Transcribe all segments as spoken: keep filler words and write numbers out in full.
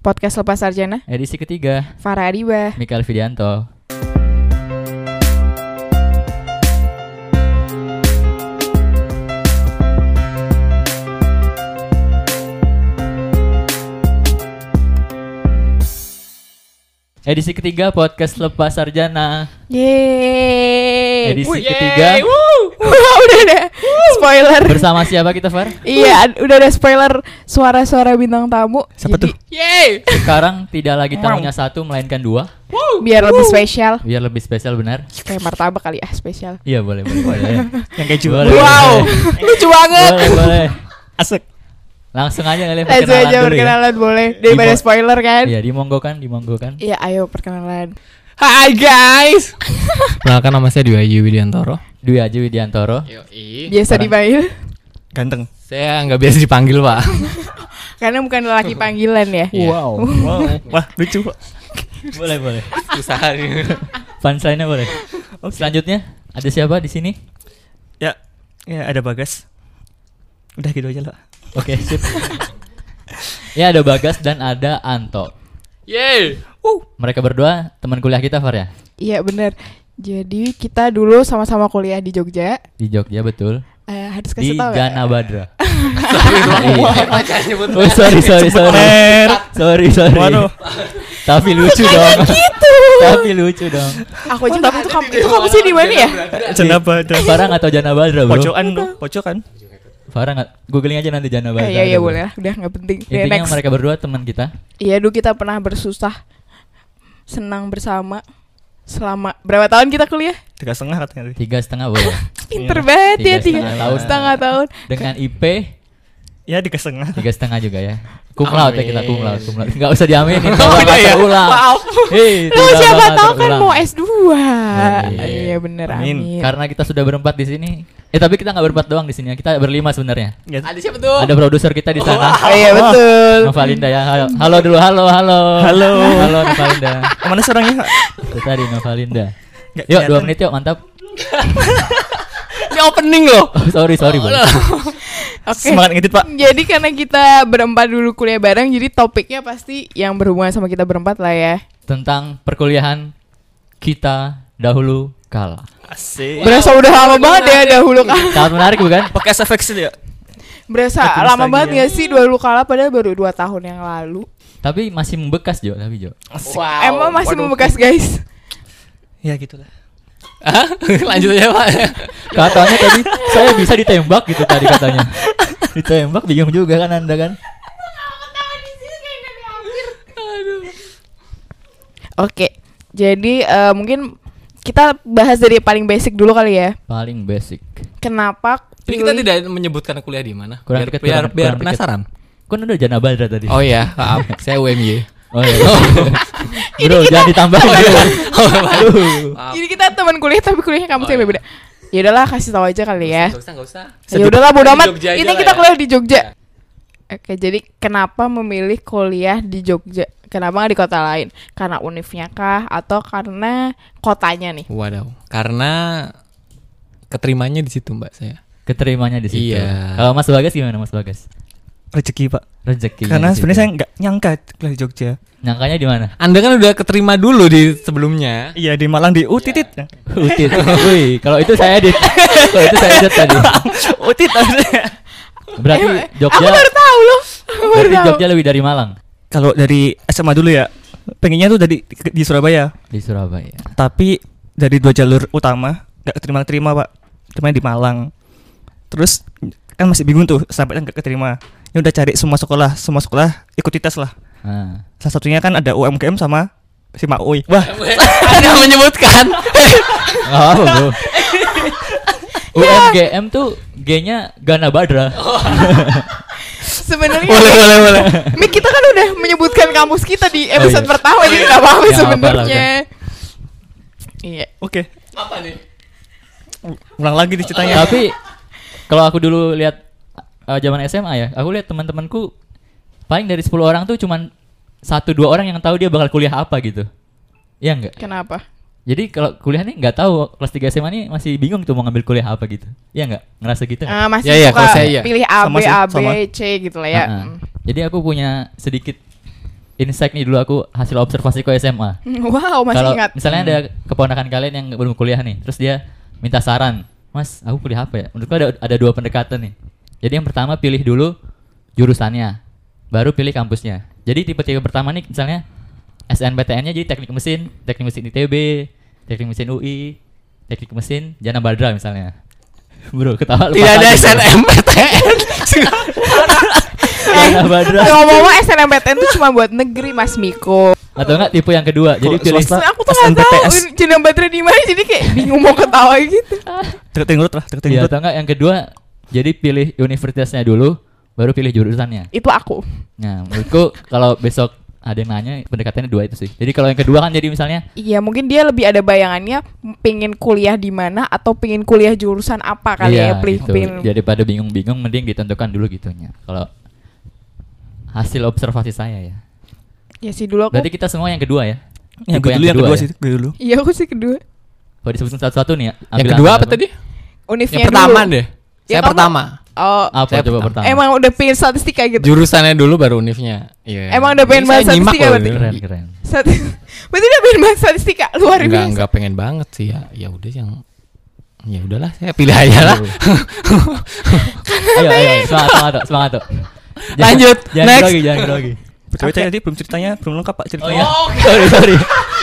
Podcast Lepas Sarjana edisi ketiga. Farah Adiba, Mikael Vidianto. Edisi ketiga Podcast Lepas Sarjana. Yeay. Edisi Wuh, ketiga. Udah ada spoiler. Bersama siapa kita, Far? Iya, ad- udah ada spoiler suara-suara bintang tamu. Siapa Jadi, tuh? Yeay. Sekarang tidak lagi tamunya satu melainkan dua. Biar lebih spesial. Biar lebih spesial, benar? Kayak martabak kali ya, spesial. Iya, boleh, boleh, boleh. Yang keju. Boleh, Wow, boleh. lucu banget. Boleh, boleh. Asik. Langsung aja kali Langsung perkenalan aja dulu ya. perkenalan boleh. Daripada Dimo- spoiler kan. Iya, dimonggokan, dimonggokan. Iya, ayo perkenalan. Hai guys. Perkenalkan nama saya Dwi Aji Widiantoro. Dwi Aji Widiantoro. Yoi. Biasa dipanggil Ganteng. Saya nggak biasa dipanggil pak. karena bukan lelaki panggilan ya. Iya. Wow. Wow. Wah, lucu, Pak. Boleh, boleh. Susah nih. Punchline-nya boleh. Selanjutnya ada siapa di sini? Ya, ya ada Bagas. Udah gitu aja lah. Oke, sip. Ya, ada Bagas dan ada Anto. Yeay. Mereka berdua teman kuliah kita, Far ya? Iya benar. Jadi kita dulu sama-sama kuliah di Jogja. Di Jogja, betul. Eh, harus Di kasih tahu ya. Gana Badra. Pacar nyebut. Oh, sorry, sorry, sorry. Mer. Sorry, sorry. Waduh. Tapi lucu dong. Gitu. Tapi lucu dong. Aku aja tahu itu kamu itu kamu sih di mana ya? Kenapa ada? Farah nggak tahu Jana Badra, bro. Pojokan tuh, pojokan. Farah nggak, googling aja nanti Jana Badra. Eh, iya iya bro. boleh lah, udah nggak penting. Ya, Intinya next. mereka berdua teman kita. Iya dulu kita pernah bersusah senang bersama selama berapa tahun kita kuliah? Tiga setengah katanya. Tiga setengah boleh. Pinter banget ya Tiga tiga setengah tahun. setengah tahun. Dengan I P Ya tiga setengah. tiga setengah juga ya. Cum laude ya kita, cum laude, Amin. cum laude. Nggak usah diaminin. Oh, Kalau iya, nggak iya. terulang. Maaf. Hei, Lu tidak siapa bakal tahu kan terulang. mau S dua. Iya. Iya bener Amin. amin. Karena kita sudah berempat di sini. Eh tapi kita nggak berempat doang di sini. Kita berlima sebenarnya. Ya, Ada siapa tuh? Ada produser kita di sana. Oh, iya betul. Novalinda ya. Halo, halo dulu. Halo, halo. Halo. Halo Novalinda. mana seorangnya? Itu tadi Novalinda. Nggak Yuk, dua kelihatan. menit yuk, mantap. Ini opening loh. Oh, sorry, sorry, Bang. Oke. Semangat ngedit, Pak. Jadi karena kita berempat dulu kuliah bareng, jadi topiknya pasti yang berhubungan sama kita berempat lah ya. Tentang perkuliahan kita dahulu kala. Asik. Berasa udah lama banget ya dahulu kala. Sangat menarik bukan? Pakai S F X ya? Berasa Satu lama nostalgia. banget gak sih dahulu kala padahal baru dua tahun yang lalu. Tapi masih membekas Jo, tapi Jo. Asik. Wow. Emang masih Waduh. membekas guys. Ya gitulah. Hah? Lanjut aja pak. Katanya tadi saya bisa ditembak gitu tadi katanya. Ditembak bingung juga kan Anda kan? Oke. Jadi eh, mungkin kita bahas dari paling basic dulu kali ya. Paling basic. Kenapa Jadi kita pilih- tidak menyebutkan kuliah di mana. Kurang biar, dekat, biar, kurang- biar kurang dekat. penasaran. Kan udah Jana Badra tadi. Oh iya, maaf. Saya U M Y. Oh iya. Bro, jangan ditambahin. Oh, Aduh. maaf. Jadi kita teman kuliah tapi kuliahnya kampus Oh, yang iya. berbeda. Ya udahlah kasih tahu aja kali ya. Gak usah, gak usah. Ya udahlah bodo Di amat. Jogja aja Ini lah kita ya. kuliah di Jogja. Oke, jadi kenapa memilih kuliah di Jogja? Kenapa nggak di kota lain? Karena univnya kah atau karena kotanya nih? Wadaw. Karena keterimanya di situ mbak saya. Keterimanya di situ. Iya. Kalau Mas Bagas gimana Mas Bagas? Rezeki, Pak. Rezeki. Karena sebenarnya saya nggak nyangka kuliah di Jogja. nyangkanya di mana? Anda kan udah keterima dulu di sebelumnya. Iya di Malang di Utitit. Utit. Wih, kalau itu saya edit. Kalau itu saya edit tadi. Utit. Berarti Eh, Jogja. Aku baru tahu loh. Baru Berarti tahu. Jogja lebih dari Malang. Kalau dari S M A dulu ya, pengennya tuh dari di Surabaya. Di Surabaya. Tapi dari dua jalur utama nggak keterima-terima, Pak. Terima di Malang. Terus kan masih bingung tuh sampai nggak keterima. Ya udah cari semua sekolah, semua sekolah ikuti tes lah. Nah. Salah satunya kan ada U M G M sama Sima U I. Wah, Anda menyebutkan. Oh, bro. U M G M tuh G-nya Gana Badra. Sebenarnya Boleh, boleh, boleh. Mik, kita kan udah menyebutkan kampus kita di Oh, episode iya. pertama jadi nggak apa-apa Ya, nggak apa-apa sebenarnya. Iya. oke. Apa nih? Ulang lagi nih ceritanya. Tapi kalau aku dulu lihat uh, zaman S M A ya, aku lihat teman-temanku paling dari sepuluh orang tuh cuman satu dua orang yang tahu dia bakal kuliah apa gitu. Iya enggak? Kenapa? Jadi kalau kuliah nih nggak tahu, kelas tiga S M A nih masih bingung tuh mau ngambil kuliah apa gitu. Iya enggak? Ngerasa gitu nggak? Ah, masih Ya, ya, suka kalau saya iya. pilih A Sama B sih, A B sama. C gitu lah ya. Ah, ah. Mm. Jadi aku punya sedikit insight nih dulu aku hasil observasiku S M A. Wow, masih Kalau ingat. misalnya ada keponakan kalian yang belum kuliah nih, terus dia minta saran, Mas, aku kuliah apa ya? Menurutku ada ada dua pendekatan nih. Jadi yang pertama pilih dulu jurusannya, baru pilih kampusnya. Jadi tipe-tipe pertama nih misalnya S N B T N-nya jadi teknik mesin, teknik mesin I T B, teknik mesin U I, teknik mesin Jana Badra misalnya. Bro, ketawa Tidak ada S N M P T N. Eh, Jana Badra. ngomong-ngomong S N M P T N itu cuma buat negeri, Mas Miko. Atau enggak tipe yang kedua, jadi Kalau pilih swasta- Aku tuh nggak S N B T S. tahu jenjang baterai di mana, jadi kayak bingung mau ketawa gitu. Deketin urut lah, deketin Iya, urut. atau enggak yang kedua, jadi pilih universitasnya dulu, baru pilih jurusannya. Itu aku. Nah, menurutku kalau besok ada yang nanya, pendekatannya dua itu sih. Jadi kalau yang kedua kan jadi misalnya, Iya, mungkin dia lebih ada bayangannya pengen kuliah di mana atau pengen kuliah jurusan apa kali iya ya, pilih gitu. pilih. Daripada bingung-bingung, mending ditentukan dulu gitunya. Kalau hasil observasi saya ya. Ya sih dulu aku. Berarti kita semua yang kedua ya. Yang Tipe gue dulu, yang kedua ya? sih, gue dulu. Iya, aku sih kedua. Kalau disebutin satu-satu nih ya. Yang ambil kedua angka apa tadi? Univnya Yang pertama dulu. deh. Ya, Saya kamu- pertama. Oh, Apa Saya coba pertama. pertama? emang udah pengen statistika gitu. Jurusannya dulu baru univnya. Iya. Emang udah pengen Ini bahas saya nyimak statistika loh, berarti? ini. Keren, keren. Satu. Berarti udah pengen bahas statistika luar Enggak, biasa. enggak pengen banget sih ya. Ya udah yang ya udahlah, saya pilih aja lah. Ayo, ayo, semangat, semangat, semangat. tuh. Jangan- Lanjut, Jangan next. grogi, jangan grogi. Betul tadi belum ceritanya, belum lengkap Pak Oh ceritanya. iya. Sorry, sorry.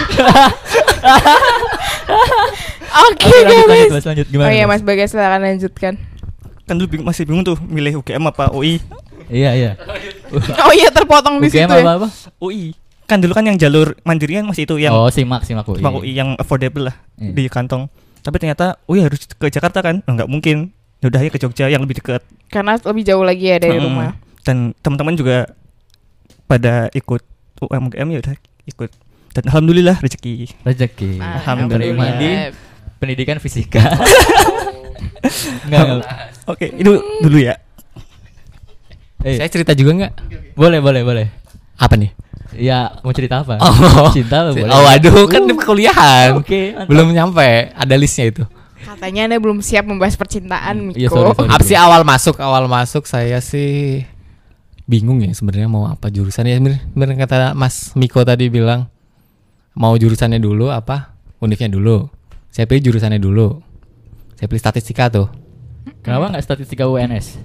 Oke, Oke, lanjut, lanjut, guys. Mas, lanjut. Gimana? Oh iya, Mas Bagas, silakan lanjutkan. Kan dulu bingung- masih bingung tuh milih U G M apa U I. Iya, iya. Oh iya, terpotong di U G M situ ya. apa-apa? U I. Kan dulu kan yang jalur mandiri kan masih itu yang Oh, simak, simak U I. cuma U I yang affordable lah Iya. di kantong. Tapi ternyata U I harus ke Jakarta kan? Oh, nggak mungkin. Ya udah ya ke Jogja yang lebih dekat. Karena lebih jauh lagi ya dari Mm-mm. rumah. Dan teman-teman juga pada ikut U M G M ya udah ikut. Dan alhamdulillah rezeki. Rezeki. Alhamdulillah. Menerima di pendidikan fisika. Enggak, enggak. Oke, itu dulu ya. Eh, Saya cerita juga enggak? boleh, boleh, boleh. Apa nih? Ya, mau cerita apa? Oh. Cinta apa boleh? Oh, aduh, kan di Uh. kuliahan. Oke, mantap. Belum nyampe, ada listnya itu. Katanya Anda belum siap membahas percintaan, Miko. Iya, sorry, sorry. Apa sih awal masuk? Awal masuk saya sih bingung ya sebenarnya mau apa jurusannya. Bener, bener kata Mas Miko tadi bilang mau jurusannya dulu apa univnya dulu. Saya pilih jurusannya dulu. Saya pilih statistika tuh. Kenapa enggak statistika U N S?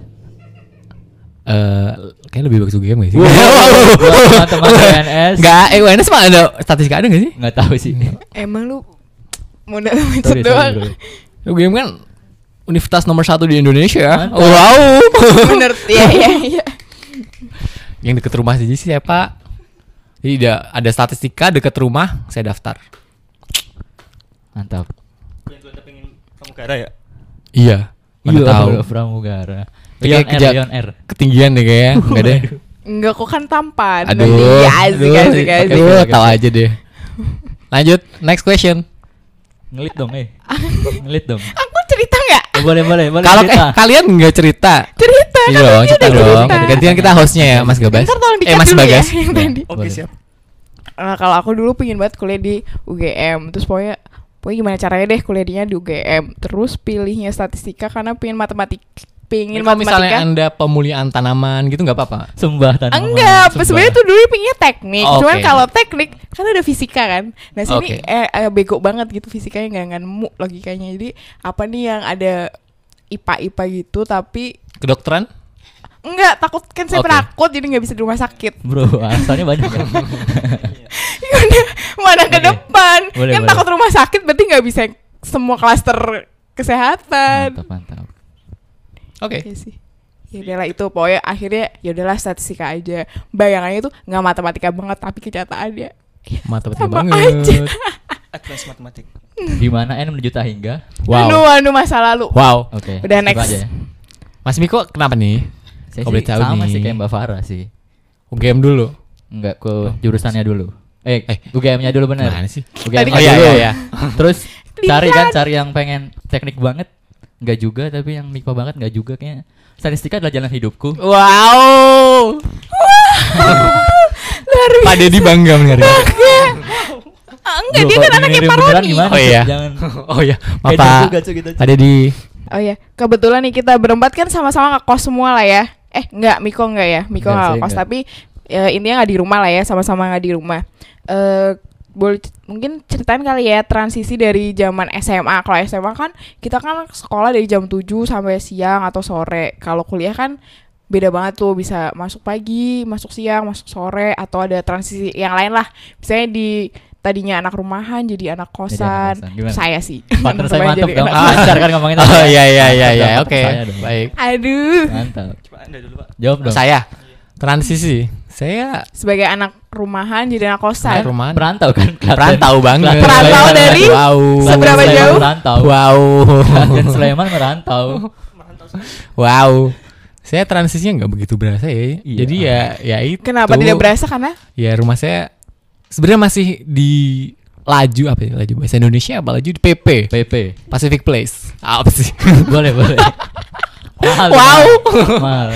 Eh, kayak lebih bagus U G M gak sih? Buat teman-teman U N S. Enggak, eh U N S mah ada statistika ada gak sih? Enggak tahu sih. Emang lu modal macet Sorry, sorry, doang. bro. U G M kan universitas nomor satu di Indonesia. Mantap. Wow. Bener, iya iya iya. Yang deket rumah sih sih Pak. Jadi ada, ada statistika deket rumah, saya daftar. Mantap. Yang pengen pramugara ya. Iya. Mana tahu. bro, pramugara. Kayak Lion Air, keja- Lion Air. Ketinggian deh kayaknya. Enggak deh. Enggak, kok kan tampan. Aduh. Iya, asik aduh, asik asik. Aduh, asik. tahu aja deh. Lanjut, next question. Ngelit dong, eh. Ngelit dong. Aku cerita nggak? Oh, boleh, boleh, boleh. Kalau eh cerita. kalian nggak cerita. Cerita Iya kan dong, tadi cerita udah dong. cerita. Gantian kita hostnya ya, Mas Gabas. Ntar tolong Eh, di-cut Mas dulu ya, Bagas. yang tadi. Oke, Boleh. siap. Nah, kalau aku dulu pengen banget kuliah di U G M. Terus pokoknya pokoknya gimana caranya deh kuliahnya di U G M. Terus pilihnya statistika karena pengen matematik. Pengen Kalau misalnya matematika. Anda pemulihan tanaman gitu nggak apa-apa. Sembah tanaman. Enggak, sembah. sebenarnya tuh dulu pinginnya teknik. Oh, Cuman oke. kalau teknik kan ada fisika kan. Nah sini Oke. eh, eh, bego banget gitu fisikanya nggak nggak nemu logikanya. Jadi apa nih yang ada I P A I P A gitu tapi Kedokteran? enggak, takut kan saya Oke. penakut jadi nggak bisa di rumah sakit. Bro, alasannya banyak kan. Yaudah, mana ke Oke. depan? Boleh, kan boleh. takut rumah sakit berarti nggak bisa semua klaster kesehatan. Mantap, mantap. Oke. Iya sih. Ya udahlah itu pokoknya akhirnya ya udahlah statistika aja. Bayangannya tuh nggak matematika banget tapi kenyataannya Matematika sama banget. aja. Advance matematik. Di mana N menuju hingga? Wow. Anu anu masa lalu. Wow. Oke. Udah, skip next. aja ya. Mas Miko kenapa nih? Saya Kau sih boleh tahu sama nih. sih kayak Mbak Farah sih. U G M dulu. Enggak ke jurusannya dulu. Eh, Eh, U G M-nya dulu bener. Gimana sih? U G M-nya Tadi kan- dulu. Oh, iya, iya, Terus Lihat. cari kan cari yang pengen teknik banget. Enggak juga, tapi yang Miko banget enggak juga kayaknya. Statistika adalah jalan hidupku. Wow. Luar biasa. Pak Deddy bangga mendengarnya. Ah, enggak, Loh, dia kalau kan anaknya niru beneran Paroni. gimana? Oh iya. Jangan. Oh iya. Maaf Kayak Pak. jago, gaco gitu. Pak Deddy. Oh ya, kebetulan nih kita berempat kan sama-sama ngekos semua lah ya. Eh, enggak, Miko enggak ya. Miko Enggak enggak sih, ngekos, enggak. tapi ya, intinya nggak di rumah lah ya, sama-sama nggak di rumah. Eh boleh c- mungkin ceritain kali ya transisi dari zaman S M A. Kalau S M A kan kita kan sekolah dari jam tujuh sampai siang atau sore. Kalau kuliah kan beda banget tuh, bisa masuk pagi, masuk siang, masuk sore, atau ada transisi yang lain lah. Misalnya di tadinya anak rumahan jadi anak kosan. kosan. Gimana? Saya sih. Partner saya Teman-teman mantap jadi dong. anak Ah, lancar kan ngomongin. Oh iya iya iya Mantap iya. dong, Oke. saya dong. Baik. Aduh. Mantap. Coba Anda dulu, Pak. Jawab dong. Saya transisi. Saya Sebagai anak rumahan jadi anak kosan. rumah Perantau kan? Klaten. perantau banget. Klaten. Perantau Sleman. dari Wow. seberapa Sleman jauh? Merantau. Wow. Dan Sleman merantau. Wow. Saya transisinya nggak begitu berasa ya. Iya. Jadi ya ya itu. Kenapa tidak berasa? Karena Ya rumah saya sebenarnya masih di laju apa ya? Laju bahasa Indonesia apa laju di P P. P P. Pacific Place. Apa sih? Boleh, boleh. Mahal. Wow. Mahal.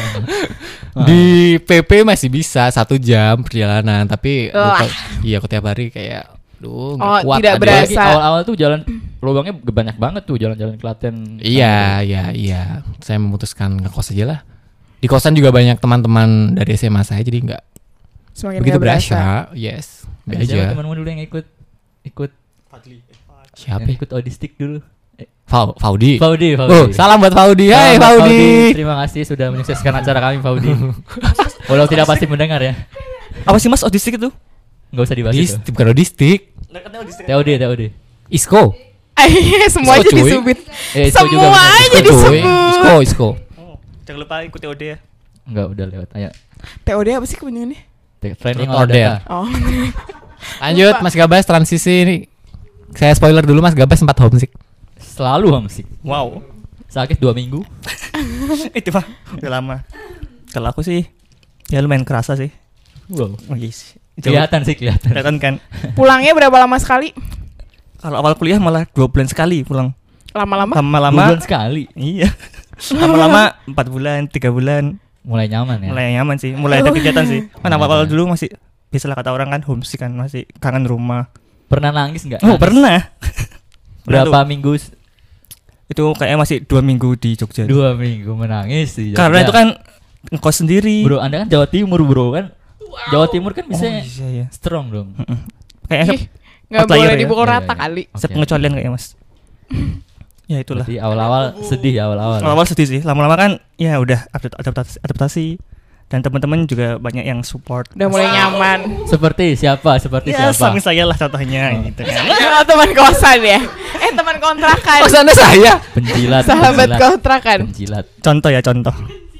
Di P P masih bisa satu jam perjalanan, tapi Wah. aku- iya aku tiap hari kayak duh nggak Oh, kuat tidak ada. berasa. Apalagi awal-awal tuh jalan lubangnya banyak banget tuh jalan-jalan Klaten. Iya, iya, iya. Saya memutuskan ngekos aja lah. Di kosan juga banyak teman-teman dari S M A saya, jadi nggak semakin begitu nggak berasa. berasa. Yes, be Ada siapa aja. temanmu dulu yang ikut ikut Siapa? yang ikut audistik dulu? Eh, Fau- Faudi. Faudi, Faudi. Oh, salam buat Faudi. Hai Selamat, Faudi. Terima kasih sudah menyukseskan acara kami, Faudi. Walau tidak pasti mendengar ya. Apa sih Mas autistik itu? Enggak usah dibahas itu. Distik, bukan audistik. T O D, T O D. Isko. Iya, semua aja Isko, cuy. disebut. Eh, itu juga Semua bener. aja Isko, cuy. disebut. Isko, Isko. Oh, jangan lupa ikuti O D ya. Enggak, udah lewat. Ayo. T O D apa sih kepanjangannya? T- Training Truth on or dare. data. Oh. Lanjut, Mas Gabas transisi ini. Saya spoiler dulu, Mas Gabas sempat homesick. Selalu homesick. Wow. Sakit dua minggu. Itu Pak, udah lama. Kalau aku sih ya lumayan kerasa sih. Wow. Oh, yes. Jauh. Kelihatan sih, kelihatan. Kelihatan kan. Pulangnya berapa lama sekali? Kalau awal kuliah malah dua bulan sekali pulang. Lama-lama? Dua Lama-lama bulan sekali. iya. Lama-lama empat bulan, tiga bulan. Mulai nyaman ya. Mulai nyaman sih, mulai ada kegiatan sih. Kan awal-awal dulu masih biasalah kata orang kan homesick kan, masih kangen rumah. Pernah nangis enggak? Oh, pernah. Berapa minggu? s- Itu kayaknya masih dua minggu di Jogja. Dua minggu menangis sih. Karena itu kan ngekos sendiri. Bro, Anda kan Jawa Timur, Bro kan. Jawa Timur kan Oh, bisa iya, iya. strong dong. Kayaknya Ih, nggak outlier boleh ya. dipukul Iya, rata iya. kali. Oke. sepengecualian kayaknya Mas. Ya itulah. Berarti awal-awal sedih ya awal-awal. Awal-awal sedih sih, lama-lama kan ya udah adapt- adaptasi, adaptasi dan teman-teman juga banyak yang support. Udah mulai nyaman. Seperti siapa? Seperti Ya, siapa? suami saya lah contohnya gitu kan. Oh, teman kosan ya? Eh, teman kontrakan. Kosannya saya. Penjilat. Sahabat penjilat, kontrakan. Penjilat. Contoh ya contoh.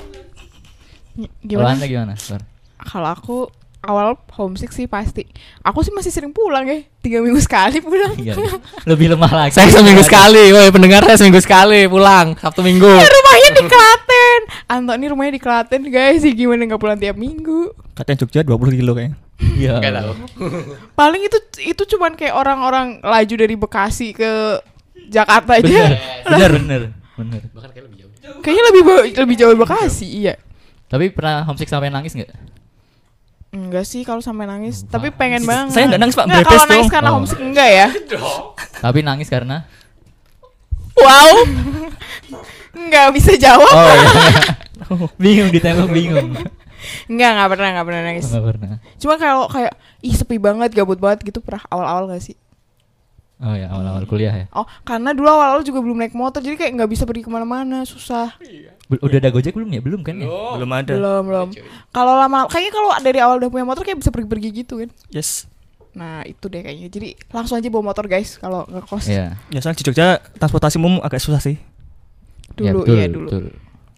Kalau Gimana? Anda gimana? Sor? Kalau aku awal homesick sih pasti. Aku sih masih sering pulang ya. Tiga minggu sekali pulang. Iya. Lebih lemah lagi. Saya seminggu sekali, woi pendengar saya seminggu sekali pulang Sabtu Minggu. Eh, rumahnya di Klaten. Anto ini rumahnya di Klaten guys. Sih gimana nggak pulang tiap minggu? Katanya Jogja dua puluh kilo kayaknya. Iya. Nggak tahu. Paling itu itu cuman kayak orang-orang laju dari Bekasi ke Jakarta aja. Bener. Bener, bener. Bener. Kayaknya lebih ba- lebih jauh Bekasi, iya. Tapi pernah homesick sampai nangis nggak? Enggak sih kalau sampai nangis, tapi pengen banget. Saya nggak nangis, Pak. Nggak, Bebas kalau nangis dong. karena Oh. homesick enggak ya? Tapi nangis karena Wow. Enggak bisa jawab. Oh iya. Bingung ditembak bingung. Enggak, enggak pernah, enggak pernah nangis. Enggak pernah. Cuma kalau kayak ih sepi banget, gabut banget gitu pernah awal-awal gak sih? Oh ya, awal-awal kuliah ya. Oh, karena dulu awal-awal juga belum naik motor, jadi kayak nggak bisa pergi kemana-mana, susah. Bel- Udah ada Gojek belum ya? Belum kan ya? Belum ada. Belum, belum. Kalau lama, kayaknya kalau dari awal udah punya motor kayak bisa pergi-pergi gitu kan. Yes. Nah itu deh kayaknya. Jadi langsung aja bawa motor guys kalau ngekos. Iya. Ya soalnya di Jogja transportasi umum agak susah sih. Ya, Dulu, betul, iya dulu. betul.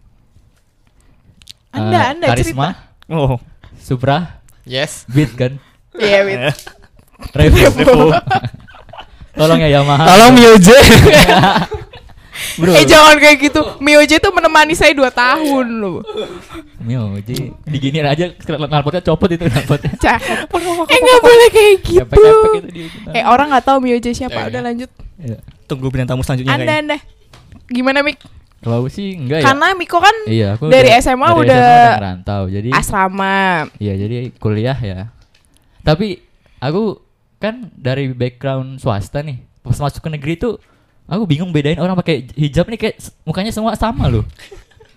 Anda, Eh, anda Karisma, cerita. Oh. Supra, Yes. Beat kan? Iya, Wit. Revo. Tolong ya Yamaha. Tolong Mioje. Bro. Eh jangan kayak gitu. Mioje tuh menemani saya dua tahun loh. Mio, Ji. Diginiin aja knalpotnya copot itu knalpotnya. Cah. Eh nggak boleh kayak gitu. Epek-epek itu dia. Eh orang nggak tahu Mioje siapa. Ya, Udah ya. lanjut. Iya. Tunggu bintang tamu selanjutnya Anda, kayaknya. anda. Gimana Mik? Kalau aku sih enggak ya. Karena Miko kan Iya, aku dari udah- S M A dari udah S M A udah ngerantau. Jadi asrama. iya, jadi kuliah ya. Tapi aku kan dari background swasta nih. Pas masuk ke negeri tuh aku bingung bedain orang pakai hijab nih kayak s- mukanya semua sama loh.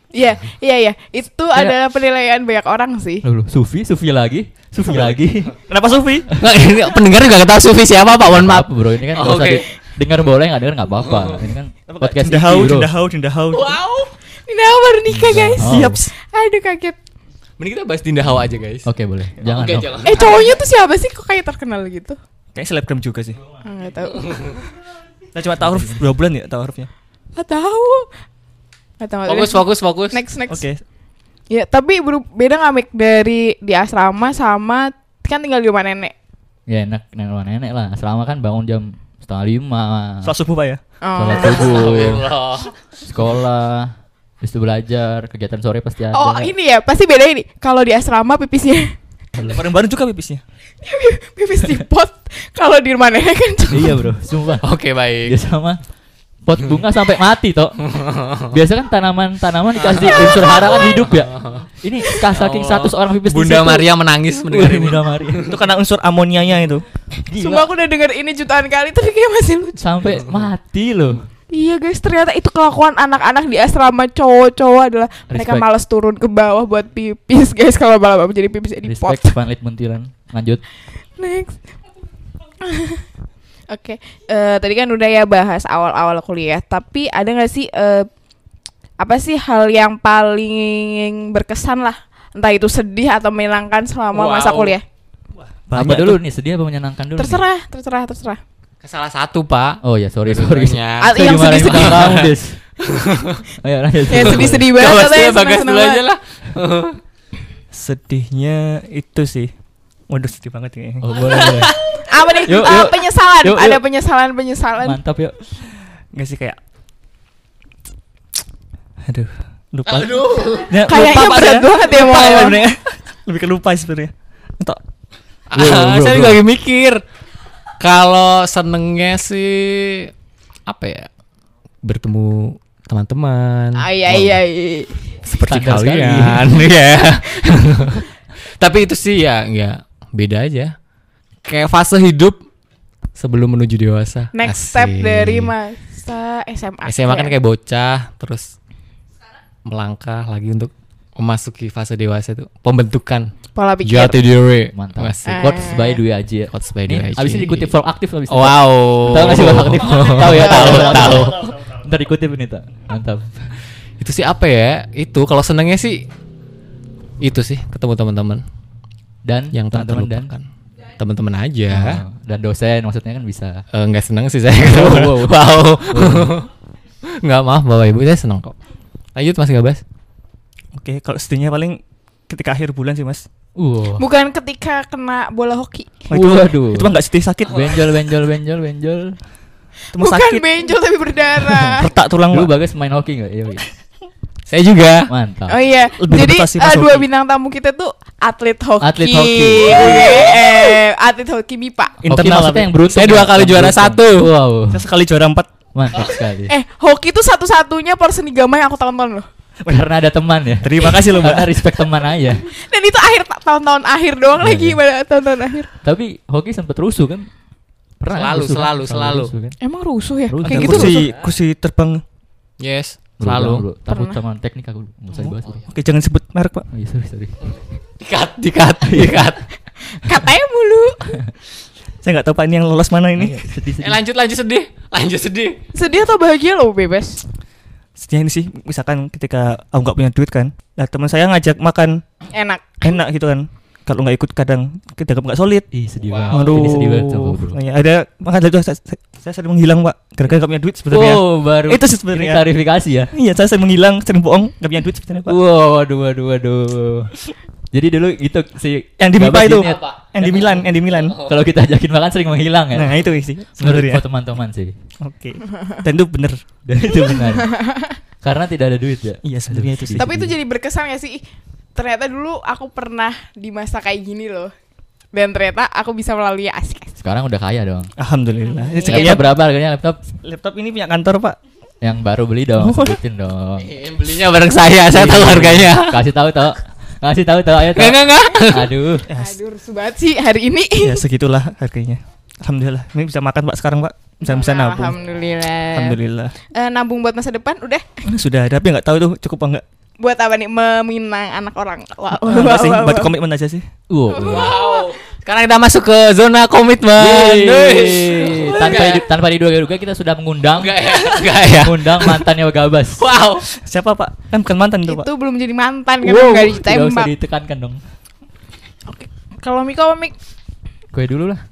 Iya, iya, iya. Itu adalah penilaian banyak orang sih. Loh, loh, Sufi, Sufi lagi, Sufi lagi. Kenapa Sufi? Nggak, ini pendengar juga nggak tahu Sufi siapa Pak. Mohon maaf. Maaf bro, ini kan Oh, nggak usah oke. di- dengar boleh nggak dengar nggak apa-apa. Ini kan podcast Dinda Hau, indie, bro. Dinda Hau, Dinda Hau. Wow. Ini baru nikah, guys. Oh. Siap. Aduh, kaget. Mending kita bahas Dinda Hawa aja guys. Oke boleh, jangan Oke, dong. jangan. Eh, cowoknya tuh siapa sih? Kok kayak terkenal gitu? Kayak selebgram juga sih. Ah, nggak tahu. Nah, cuma tahu huruf dua bulan ya tahu hurufnya. Nggak tahu. Nggak tahu. Fokus fokus fokus. Next, next. Oke. Ya, tapi beru- beda nggak Mik dari di asrama sama kan tinggal di rumah nenek? Ya enak nenek rumah nenek lah. Selama kan bangun jam setengah lima. Sholat subuh Pak ya. Sholat Oh. subuh, sekolah, habis itu belajar, kegiatan sore pasti ada. Oh, ini ya, pasti beda ini. Kalau di asrama pipisnya Bareng-bareng juga pipisnya. pipis di pot. Kalau di rumah nenek kan Iya bro, sumpah. Oke baik. Dia sama pot bunga sampai mati toh. Biasa kan tanaman-tanaman dikasih unsur hara kan hidup ya. Ini kas saking seratus orang pipis di Bunda situ. Maria menangis mendengar Wih, ini. Bunda Maria. Itu karena unsur amonianya itu. Sumpah aku udah denger ini jutaan kali tapi kayak masih lucu. Sampai mati loh. Iya guys, ternyata itu kelakuan anak-anak di asrama cowok-cowok adalah mereka Respect. malas turun ke bawah buat pipis guys kalau malam jadi pipis di pot. Respect Panlit Muntilan. Lanjut. Next. Oke, eh, tadi kan udah ya bahas awal-awal kuliah, tapi ada nggak sih eh, apa sih hal yang paling berkesan lah, entah itu sedih atau menyenangkan selama Wow. masa kuliah? Apa Banyak dulu tuh. nih, sedih apa menyenangkan dulu? nih? Terserah, terserah, terserah. Salah satu Pak. Oh ya, sorry sorry. Dua-duanya. Ah, Saya yang dimarahin sedih-sedih. sama kamu, Des. Ayo lanjut. Ya sedih-sedih banget Bagas atau dulu, yang bagas dulu senang-senang aja banget? lah. Sedihnya itu sih. Waduh sedih banget ini. Oh boleh boleh. Apa nih? Yuk, Eh, yuk. penyesalan, Yuk, ada yuk. penyesalan-penyesalan. Mantap yuk. Enggak sih kayak aduh lupa. Aduh. Ya, Kayaknya lupa, Pak, berat ya. banget ya, Lupa Mal. ya, sebenarnya. Lebih ke lupa sebenarnya. Entok. Bro, Ah, bro, saya bro. juga lagi mikir. Kalau senengnya sih apa ya? Bertemu teman-teman. Ay ay ay. Seperti Standar sekali. kalian ya. Tapi itu sih ya enggak beda aja. Kayak fase hidup sebelum menuju dewasa. Next Asik. step dari masa S M A. S M A kan kayak bocah, terus melangkah lagi untuk memasuki fase dewasa itu pembentukan pola pikir. jati diri. Mantap. Asik. Ah. Quotes by Dwi Aji ya. Quotes by Ini Dwi Aji. abis ini dikutip from aktif abis itu. Wow. Tahu nggak sih from aktif? Tahu ya, tahu, Tahu, tahu. tahu. Ntar dikutip ini tak. Mantap. Itu sih apa ya? Itu kalau senengnya sih itu sih ketemu teman-teman Dan yang tak teman-teman dan terlupakan. Teman-teman aja. Oh, dan dosen maksudnya kan bisa. Eh, nggak seneng sih saya ketemu. Wow, wow. Wow. Nggak, maaf Bapak Ibu, saya seneng kok. Lanjut Mas Gabas. Oke, kalau sedihnya paling ketika akhir bulan sih, Mas. Uh. Bukan ketika kena bola hoki. Wah, itu, Waduh. itu mah enggak sedih sakit. Benjol benjol benjol benjol. Itu mah Bukan sakit. benjol tapi berdarah. Retak tulang, Dulu Pak. Bagas main hoki enggak? Iya. Iya. Saya juga. Mantap. Oh iya, Lebih jadi berprestasi eh, pas dua hoki. bintang tamu kita tuh atlet hoki. Atlet hoki. Eh, atlet hoki M I P A. Hoki Internal maksudnya tapi. yang beruntung. Saya dua ya? kali Yang juara beruntung. satu. Wow. Saya sekali juara empat. Mantap sekali. Eh, hoki tuh satu-satunya Porsenigama yang aku tonton loh. Karena ada teman ya. Terima kasih loh, Karena Mbak. respect teman aja. Dan itu akhir ta- tahun-tahun akhir doang Iya, lagi iya. pada tahun-tahun akhir. Tapi hoki sempat rusuh kan? Pernah kan Selalu, rusuh kan? selalu, selalu. rusuh kan? Emang rusuh ya? Rusuh. Kayak Ada gitu kursi rusuh. kursi terbang. Yes, Bro, selalu. bro, takut Pernah. sama teknik aku. Enggak usah dibahas. Bro. Oke, jangan sebut merek, Pak. Oh, iya, sorry, sorry. Dikat, dikat, dikat. Katanya mulu. Saya nggak tahu Pak ini yang lolos mana ini. Iya, sedih-sedih. Eh lanjut, lanjut sedih. Lanjut sedih. Sedih atau bahagia lo bebas? Sedihnya ini sih, misalkan ketika aku nggak punya duit kan, nah teman saya ngajak makan Enak. enak gitu kan. Kalau nggak ikut kadang kita nggak solid. Ih, sedih Wow. banget. Ini sedih banget sama bro. Iya, ada makanya itu saya, saya, saya sering menghilang, Pak. Gara-gara nggak punya duit sebenarnya. Wow, baru. Itu sih sebenarnya. Ini klarifikasi ya. Iya, saya sering menghilang, sering bohong, nggak punya duit sebenarnya, Pak. Wow, waduh, waduh, waduh. Jadi dulu gitu si Yang di M I P A Babas itu. gini ya, Yang di Milan, yang di Milan. kalau kita ajakin makan sering menghilang ya. Nah, itu sih Menurut sebenarnya. teman-teman sih. Oke. Dan itu bener. Dan itu benar. Karena tidak ada duit ya. Iya, sebenarnya itu sih. Tapi itu jadi berkesan gak sih? Ternyata dulu aku pernah di masa kayak gini loh. Dan ternyata aku bisa melalui asik-asik. Sekarang udah kaya dong. Alhamdulillah. Ini Iya. Laptop sekalian berapa harganya laptop? laptop ini punya kantor, Pak. Yang baru beli dong, Oh. sebutin dong. Eh, belinya bareng saya, saya tahu harganya. Kasih tahu toh. Kasih tahu toh, ayo toh. Enggak, enggak, enggak. Aduh. Ya, Aduh, rusuh banget sih hari ini. ya segitulah harganya. Alhamdulillah. Ini bisa makan, Pak, sekarang, Pak. Bisa bisa nabung. Alhamdulillah. Alhamdulillah. Eh, nabung buat masa depan udah. Sudah ada tapi nggak tahu tuh cukup apa enggak. buat apa nih meminang anak orang? Wow. Enggak sih, wow, buat wow. komitmen aja sih. Wow. Wow. Sekarang kita masuk ke zona komitmen. Yeay. Yeay. Tanpa di, tanpa diduga-duga kita sudah mengundang Enggak ya? Enggak ya? mengundang mantannya Gabas. Wow. Siapa Pak? Kan bukan mantan itu Pak. Itu belum jadi mantan kan Wow, nggak tidak usah ditembak. ditekankan dong. Kalau Miko apa Mik? Gue dulu lah.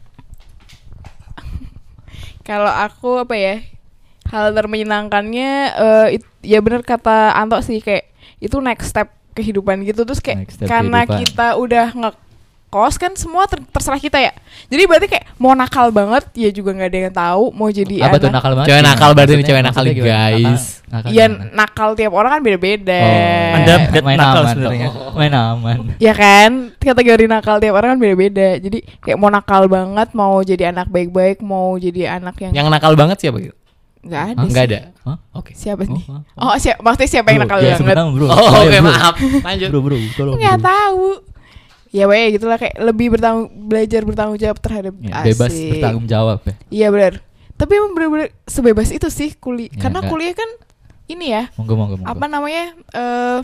Kalau aku apa ya? Hal termenyenangkannya eh, it- ya bener kata Anto sih, kayak itu next step kehidupan gitu. Terus kayak Next step karena kehidupan. kita udah ngekos kan semua ter- terserah kita ya. Jadi berarti kayak mau nakal banget ya juga nggak ada yang tahu. Mau jadi Apa tuh anak nakal banget? Cewek Gimana? nakal berarti ini Maksudnya- cewek nakal, maksudnya gimana? guys. Nakal- nakal ya gimana? nakal tiap orang kan beda-beda. Oh, Anda main- dead main nakal aman sebenarnya. dong. Main aman. Ya kan, kategori nakal tiap orang kan beda-beda. Jadi kayak mau nakal banget, mau jadi anak baik-baik, mau jadi anak yang Yang nakal banget siapa gitu? nggak ada. Hah? sih. Enggak ada. Hah? Oke. Siapa Oh, nih? hah? Oh, siapa? Maksudnya siapa yang Bro, nakal ya, banget? sebenarnya, bro. Oh, Saya, oke, bro. maaf. Lanjut. Bro, bro, tolong. Nggak bro. tahu. Ya kayak gitulah, kayak lebih bertanggung belajar bertanggung jawab terhadap Ya, bebas asik. bertanggung jawab ya. Iya benar. Tapi emang bener-bener sebebas itu sih kuliah. Ya, Karena enggak. kuliah kan ini ya, Monggo, monggo, monggo. apa namanya? eh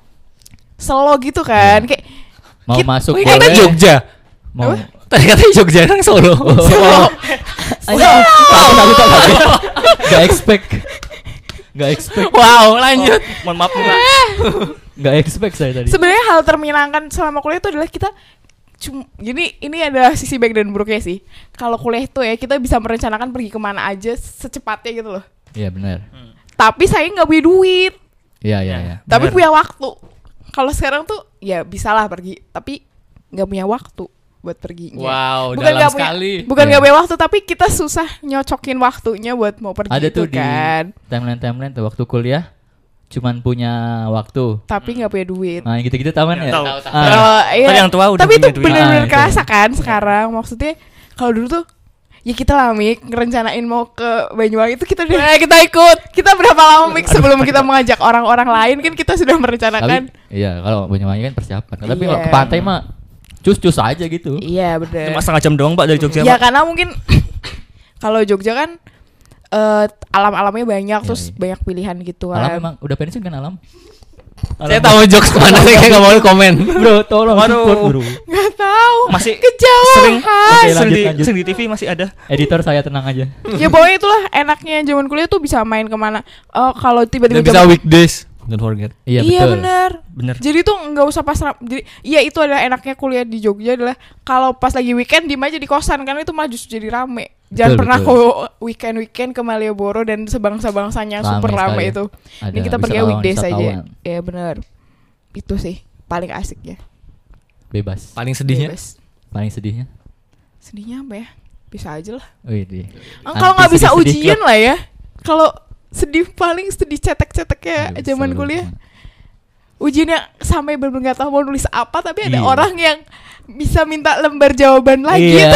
selo gitu kan. Kayak Mau Kit- masuk Wih, boleh. kata Jogja. Mau. Apa? Tadi katanya Jogja kan Solo. selo. Ayo, takut, takut, takut. Gak expect. Gak expect. Wow, lanjut. Mohon maaf nih Pak. Gak expect saya tadi. Sebenarnya hal termenyenangkan selama kuliah itu adalah kita cum jadi ini ada sisi baik dan buruknya sih. Kalau kuliah itu ya kita bisa merencanakan pergi kemana aja secepatnya gitu loh. Iya benar. Tapi saya nggak punya duit, Iya, iya, iya. tapi Bener. punya waktu. Kalau sekarang tuh ya bisalah pergi, tapi nggak punya waktu buat perginya. Wow, bukan dalam nggak punya, sekali. bukan Iya. nggak punya waktu, tapi kita susah nyocokin waktunya buat mau pergi Ada itu tuh di kan. timeline-timeline tuh waktu kuliah cuman punya waktu. Tapi nggak punya duit. Nah, gitu-gitu tahu kan ya? Tahu. Tahu, tahu. Ah, Kalau iya, Kan yang tua udah tapi itu punya duit. benar-benar Ah, itu. kerasa kan sekarang. Maksudnya kalau dulu tuh ya kita lah Mik ngerencanain mau ke Banyuwangi itu kita udah kita ikut. Kita berapa lama Mik sebelum kita mengajak orang-orang lain kan kita sudah merencanakan. Tapi iya, kalau Banyuwangi kan persiapan. Tapi Iya. kalau ke pantai mah cus-cus aja gitu. Iya benar. Cuma setengah jam doang Pak dari Jogja Ya Pak. karena mungkin kalau Jogja kan eh, alam-alamnya banyak, Iya, terus iya. banyak pilihan gitu Alam kan. memang udah pensiun kan alam? Saya tahu jokes kemana, saya kayak nggak mau komen. Bro, tolong Waduh. support, bro. Nggak tahu. Masih Kejauhan. sering Oke, sering lanjut, di, lanjut. sering di T V masih ada. Editor saya tenang aja. Ya pokoknya itulah enaknya zaman kuliah tuh bisa main kemana. Oh kalau tiba-tiba Dan bisa jam- weekdays. Don't forget. Iya, Iya betul. benar. Bener. Jadi tuh nggak usah pas ram- jadi iya itu adalah enaknya kuliah di Jogja adalah kalau pas lagi weekend diem aja di kosan karena itu malah justru jadi rame. Jangan Betul, pernah betul. kok weekend-weekend ke Malioboro dan sebangsa-bangsanya yang Rame super rame sekali. itu. Ada Ini kita pergi wisatawan- weekdays aja. wisatawan. Ya benar. Itu sih paling asiknya. Bebas. Paling sedihnya. Bebas. Paling sedihnya. Sedihnya apa ya? Bisa aja lah. Wih, di. Ah, kalau nggak Anti bisa sedih-sedih ujian club. lah ya. Kalau sedih paling sedih cetek-ceteknya Nggak bisa, zaman bro. kuliah. Ujiannya sampai bener-bener nggak tahu mau nulis apa tapi ada Iya. orang yang bisa minta lembar jawaban lagi Iya. gitu.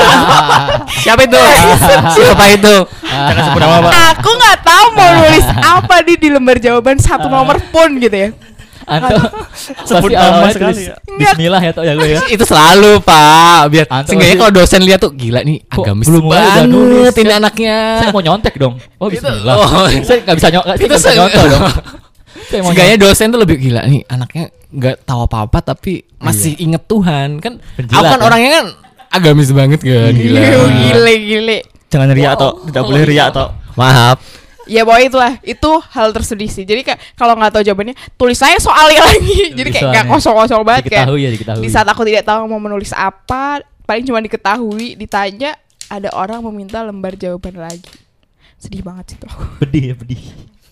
Siapa itu? Siapa itu? Jangan sebut nama Pak. Aku nggak tahu mau nulis apa di di lembar jawaban satu nomor pun gitu ya. Anto Sebut pasti nama awalnya sekali tulis ya. Bismillah ya toh ya gue ya. Itu selalu Pak. Biar Anto seenggaknya masih- kalau dosen lihat tuh gila nih Kok agamis belum mulai udah nulis? banget ini Saya- anaknya. Saya mau nyontek dong. Oh Bismillah. oh. Saya nggak bisa nyontek. Saya Itu nggak bisa se- nyontek dong. Saya mau Seenggaknya nyontek. dosen tuh lebih gila nih anaknya nggak tahu apa-apa tapi masih inget Tuhan kan. Penjilat, Aku kan ya? orangnya kan agamis banget kan gila. Gile gile gile. Jangan riak atau tidak boleh riak atau Maaf. Ya pokoknya itulah itu hal tersedih sih. Jadi kayak kalau nggak tahu jawabannya tulis saya soalnya lagi. Jadi kayak nggak Soalnya. kosong-kosong banget kan. Diketahui ya, diketahui. Di saat aku tidak tahu mau menulis apa, paling cuma diketahui, ditanya ada orang meminta lembar jawaban lagi. Sedih banget sih tuh. Pedih ya, pedih.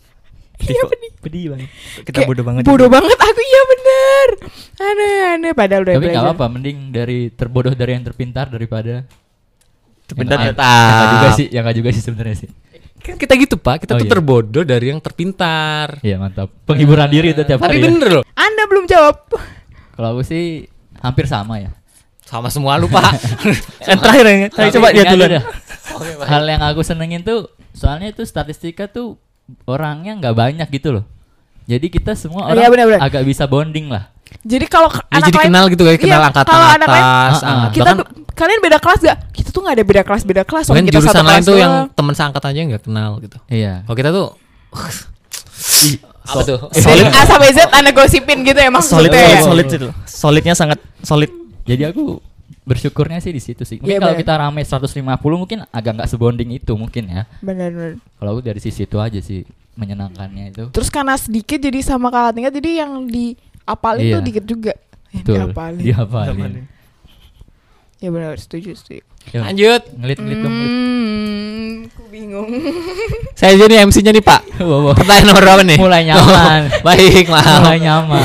Iya pedih. Pedih banget. kita Kayak bodoh banget. Bodoh banget aku, iya bener. Aneh aneh padahal udah Tapi nggak belajar. apa-apa, mending dari terbodoh dari yang terpintar daripada Terpintar yang, ya. yang nggak juga sih, yang nggak juga sih sebenarnya sih. Kan kita gitu Pak, kita Oh, tuh iya. terbodoh dari yang terpintar. Iya mantap. Penghiburan diri itu tiap Tapi hari. ya. bener loh. Anda belum jawab. Kalau aku sih hampir sama ya. Sama semua lu Pak. Yang terakhir ya. Tadi Tapi coba ini lihat aja dulu. dah. Hal yang aku senengin tuh soalnya itu statistika tuh orangnya nggak banyak gitu loh. Jadi kita semua orang Iya, benar-benar. agak bisa bonding lah. Jadi kalau ke- Ya, anak jadi lain kenal gitu kayak kenal Iya, angkatan kalau anak lain, atas. Ah, ah. ah. kita Bahkan, be- kalian beda kelas gak? Kita tuh nggak ada beda kelas beda kelas. bahkan Orang kita jurusan satu lain kelas tuh yang doang. teman seangkatan aja nggak kenal gitu. Iya. Kalau kita tuh Apa tuh? Solid. A sampai Z Anda gosipin gitu ya Solid, maksudnya. solid, ya? solid itu. Solidnya sangat solid. Jadi aku bersyukurnya sih di situ sih. Mungkin Iya, kalau bener. kita rame seratus lima puluh mungkin agak nggak sebonding itu mungkin ya. Benar-benar. Kalau aku dari sisi itu aja sih menyenangkannya itu. Terus karena sedikit jadi sama kakak tingkat jadi yang diapalin Iya. tuh dikit juga. Eh, Betul. diapalin. Dihafalin. Ya benar, setuju, setuju. Yuk, Lanjut. Ngelit-ngelit dong. ngelit. Hmm, aku bingung. Saya jadi M C-nya nih, Pak. Wow, wow. Pertanyaan nomor berapa nih? Mulai nyaman. Baik, maaf. Mulai nyaman.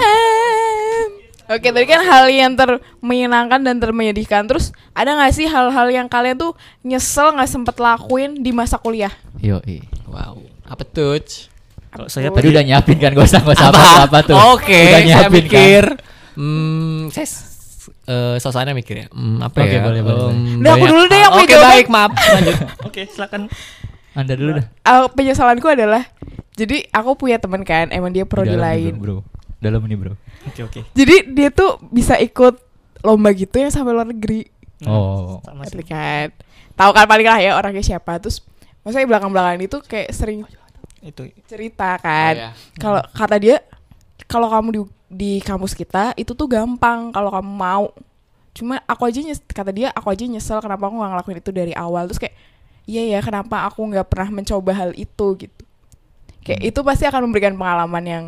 Oke, tadi kan hal yang ter menyenangkan dan termenyedihkan. Terus ada nggak sih hal-hal yang kalian tuh nyesel nggak sempet lakuin di masa kuliah? Yo, Wow. Apa tuh? Kalau saya tadi udah nyiapin kan, gak usah, gak usah apa, apa tuh. Oke, Udah saya nyiapin mikir. kan. Hmm, saya s- eh suasana mikir ya. Hmm, apa Oke, ya? boleh, boleh, boleh. Em, Udah, aku banyak- dulu deh yang punya Oke, jawaban. baik, maaf. Lanjut. Oke, silakan. Anda dulu dah. Uh, penyesalanku adalah jadi aku punya teman kan, emang dia prodi Dalam nih, lain. bro, bro. Dalam nih, bro. Oke, oke. Jadi dia tuh bisa ikut lomba gitu yang sampai luar negeri. Oh. Sama sih. Ngerti kan? Tahu kan paling lah ya orangnya siapa. Terus maksudnya belakang-belakangan itu kayak sering Itu cerita kan. Oh, iya. Kalau kata dia kalau kamu di di kampus kita itu tuh gampang kalau kamu mau. Cuma aku aja nyes, kata dia aku aja nyesel kenapa aku nggak ngelakuin itu dari awal. Terus kayak iya ya kenapa aku nggak pernah mencoba hal itu gitu. Kayak Hmm. itu pasti akan memberikan pengalaman yang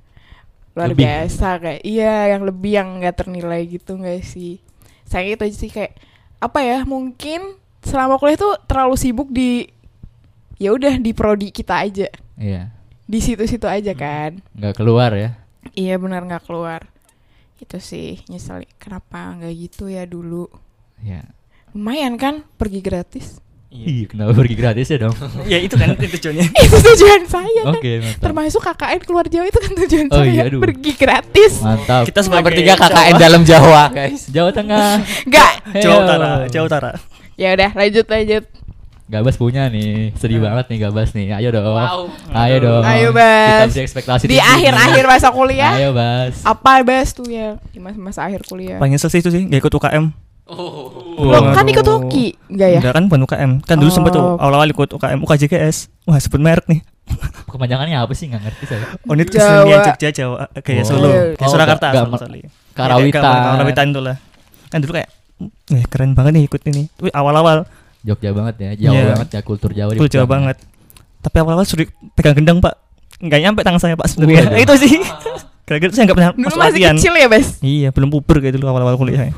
luar Lebih. biasa kayak iya yang lebih yang nggak ternilai gitu nggak sih. Saya itu aja sih kayak apa ya mungkin selama kuliah tuh terlalu sibuk di ya udah di prodi kita aja Iya. di situ-situ aja kan. Nggak keluar ya. Iya benar nggak keluar. Itu sih nyesel kenapa nggak gitu ya dulu. Iya. Lumayan kan pergi gratis. Iya, kenapa pergi gratis ya dong? Ya itu kan itu tujuannya. Itu tujuan saya kan. Oke, mantap. Termasuk K K N keluar Jawa itu kan tujuan Oh, saya iya, aduh. pergi gratis. Mantap. Kita Semua sebagai bertiga K K N Jawa- dalam Jawa, guys. Jawa Tengah. Enggak. Jawa Ayo. Utara, Jawa Utara. Ya udah lanjut lanjut. Gabas punya nih, sedih banget nih Gabas nih. Ayo dong. Wow. Ayo dong. Ayo, Bas. Kita beri ekspektasi Di tinggi akhir-akhir nih. masa kuliah. Ayo Bas. Apa Bas tuh ya di masa-masa akhir kuliah? Paling nyesel sih itu sih nggak ikut U K M. Loh, kan ikut hoki, enggak ya? Enggak kan bukan U K M. Kan dulu Oh. sempet tuh awal-awal ikut U K M U K J K S. Wah, sebut merek nih. Kepanjangannya apa sih? Nggak ngerti saya. Unit Jawa. Kesenian Jogja Jawa kayak Oh. Solo, Oh, kayak Surakarta. nggak- sama nggak- sekali. Karawitan. Ya, kayak Karawitan tuh lah. Kan dulu kayak eh keren banget nih ikut ini. Wih, awal-awal Jogja banget ya, Jawa Iya. banget ya, kultur Jawa. Full Jawa dipegang. banget. Tapi awal-awal suruh pegang gendang, Pak. Enggak nyampe tangan saya, Pak, sebenarnya. Waduh. Itu sih. Gara-gara saya enggak pernah Dulu masuk masih latihan. kecil ya, Bas? Iya, belum puber kayak dulu awal-awal kuliah.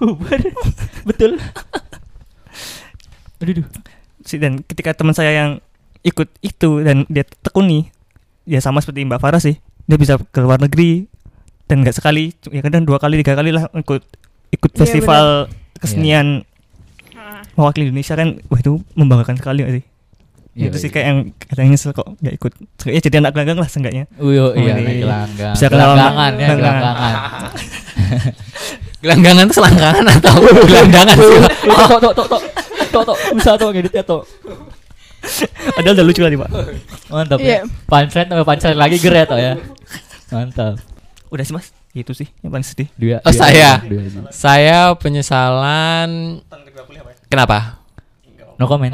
Betul. Aduh, duh. Si dan ketika teman saya yang ikut itu dan dia tekuni, ya sama seperti Mbak Farah sih. Dia bisa ke luar negeri dan enggak sekali, ya kadang dua kali, tiga kali lah ikut ikut Iya, festival kesenian mewakili Indonesia kan. Wah, itu membanggakan sekali nggak sih? Iya, Itu sih iya. kayak yang kadang nyesel kok nggak ikut. Seenggaknya jadi anak gelanggang lah seenggaknya. Uyo, iya, Ini. naik gelanggang. Bisa kenal sama- Gelanggangan ya, gelanggangan. gelanggangan. Gelanggangan tuh selangkangan atau gelandangan sih? Tok, tok, tok, tok, tok, tok, tok, bisa tok ngeditnya tok. Padahal udah lucu kali, Pak. Mantap Iya. ya. Punchline tambah punchline lagi geret tok ya. Mantap. Udah sih, Mas. Itu sih yang paling sedih. Dua, Oh, dua saya. aja, dua aja. Saya penyesalan. Kenapa? No comment.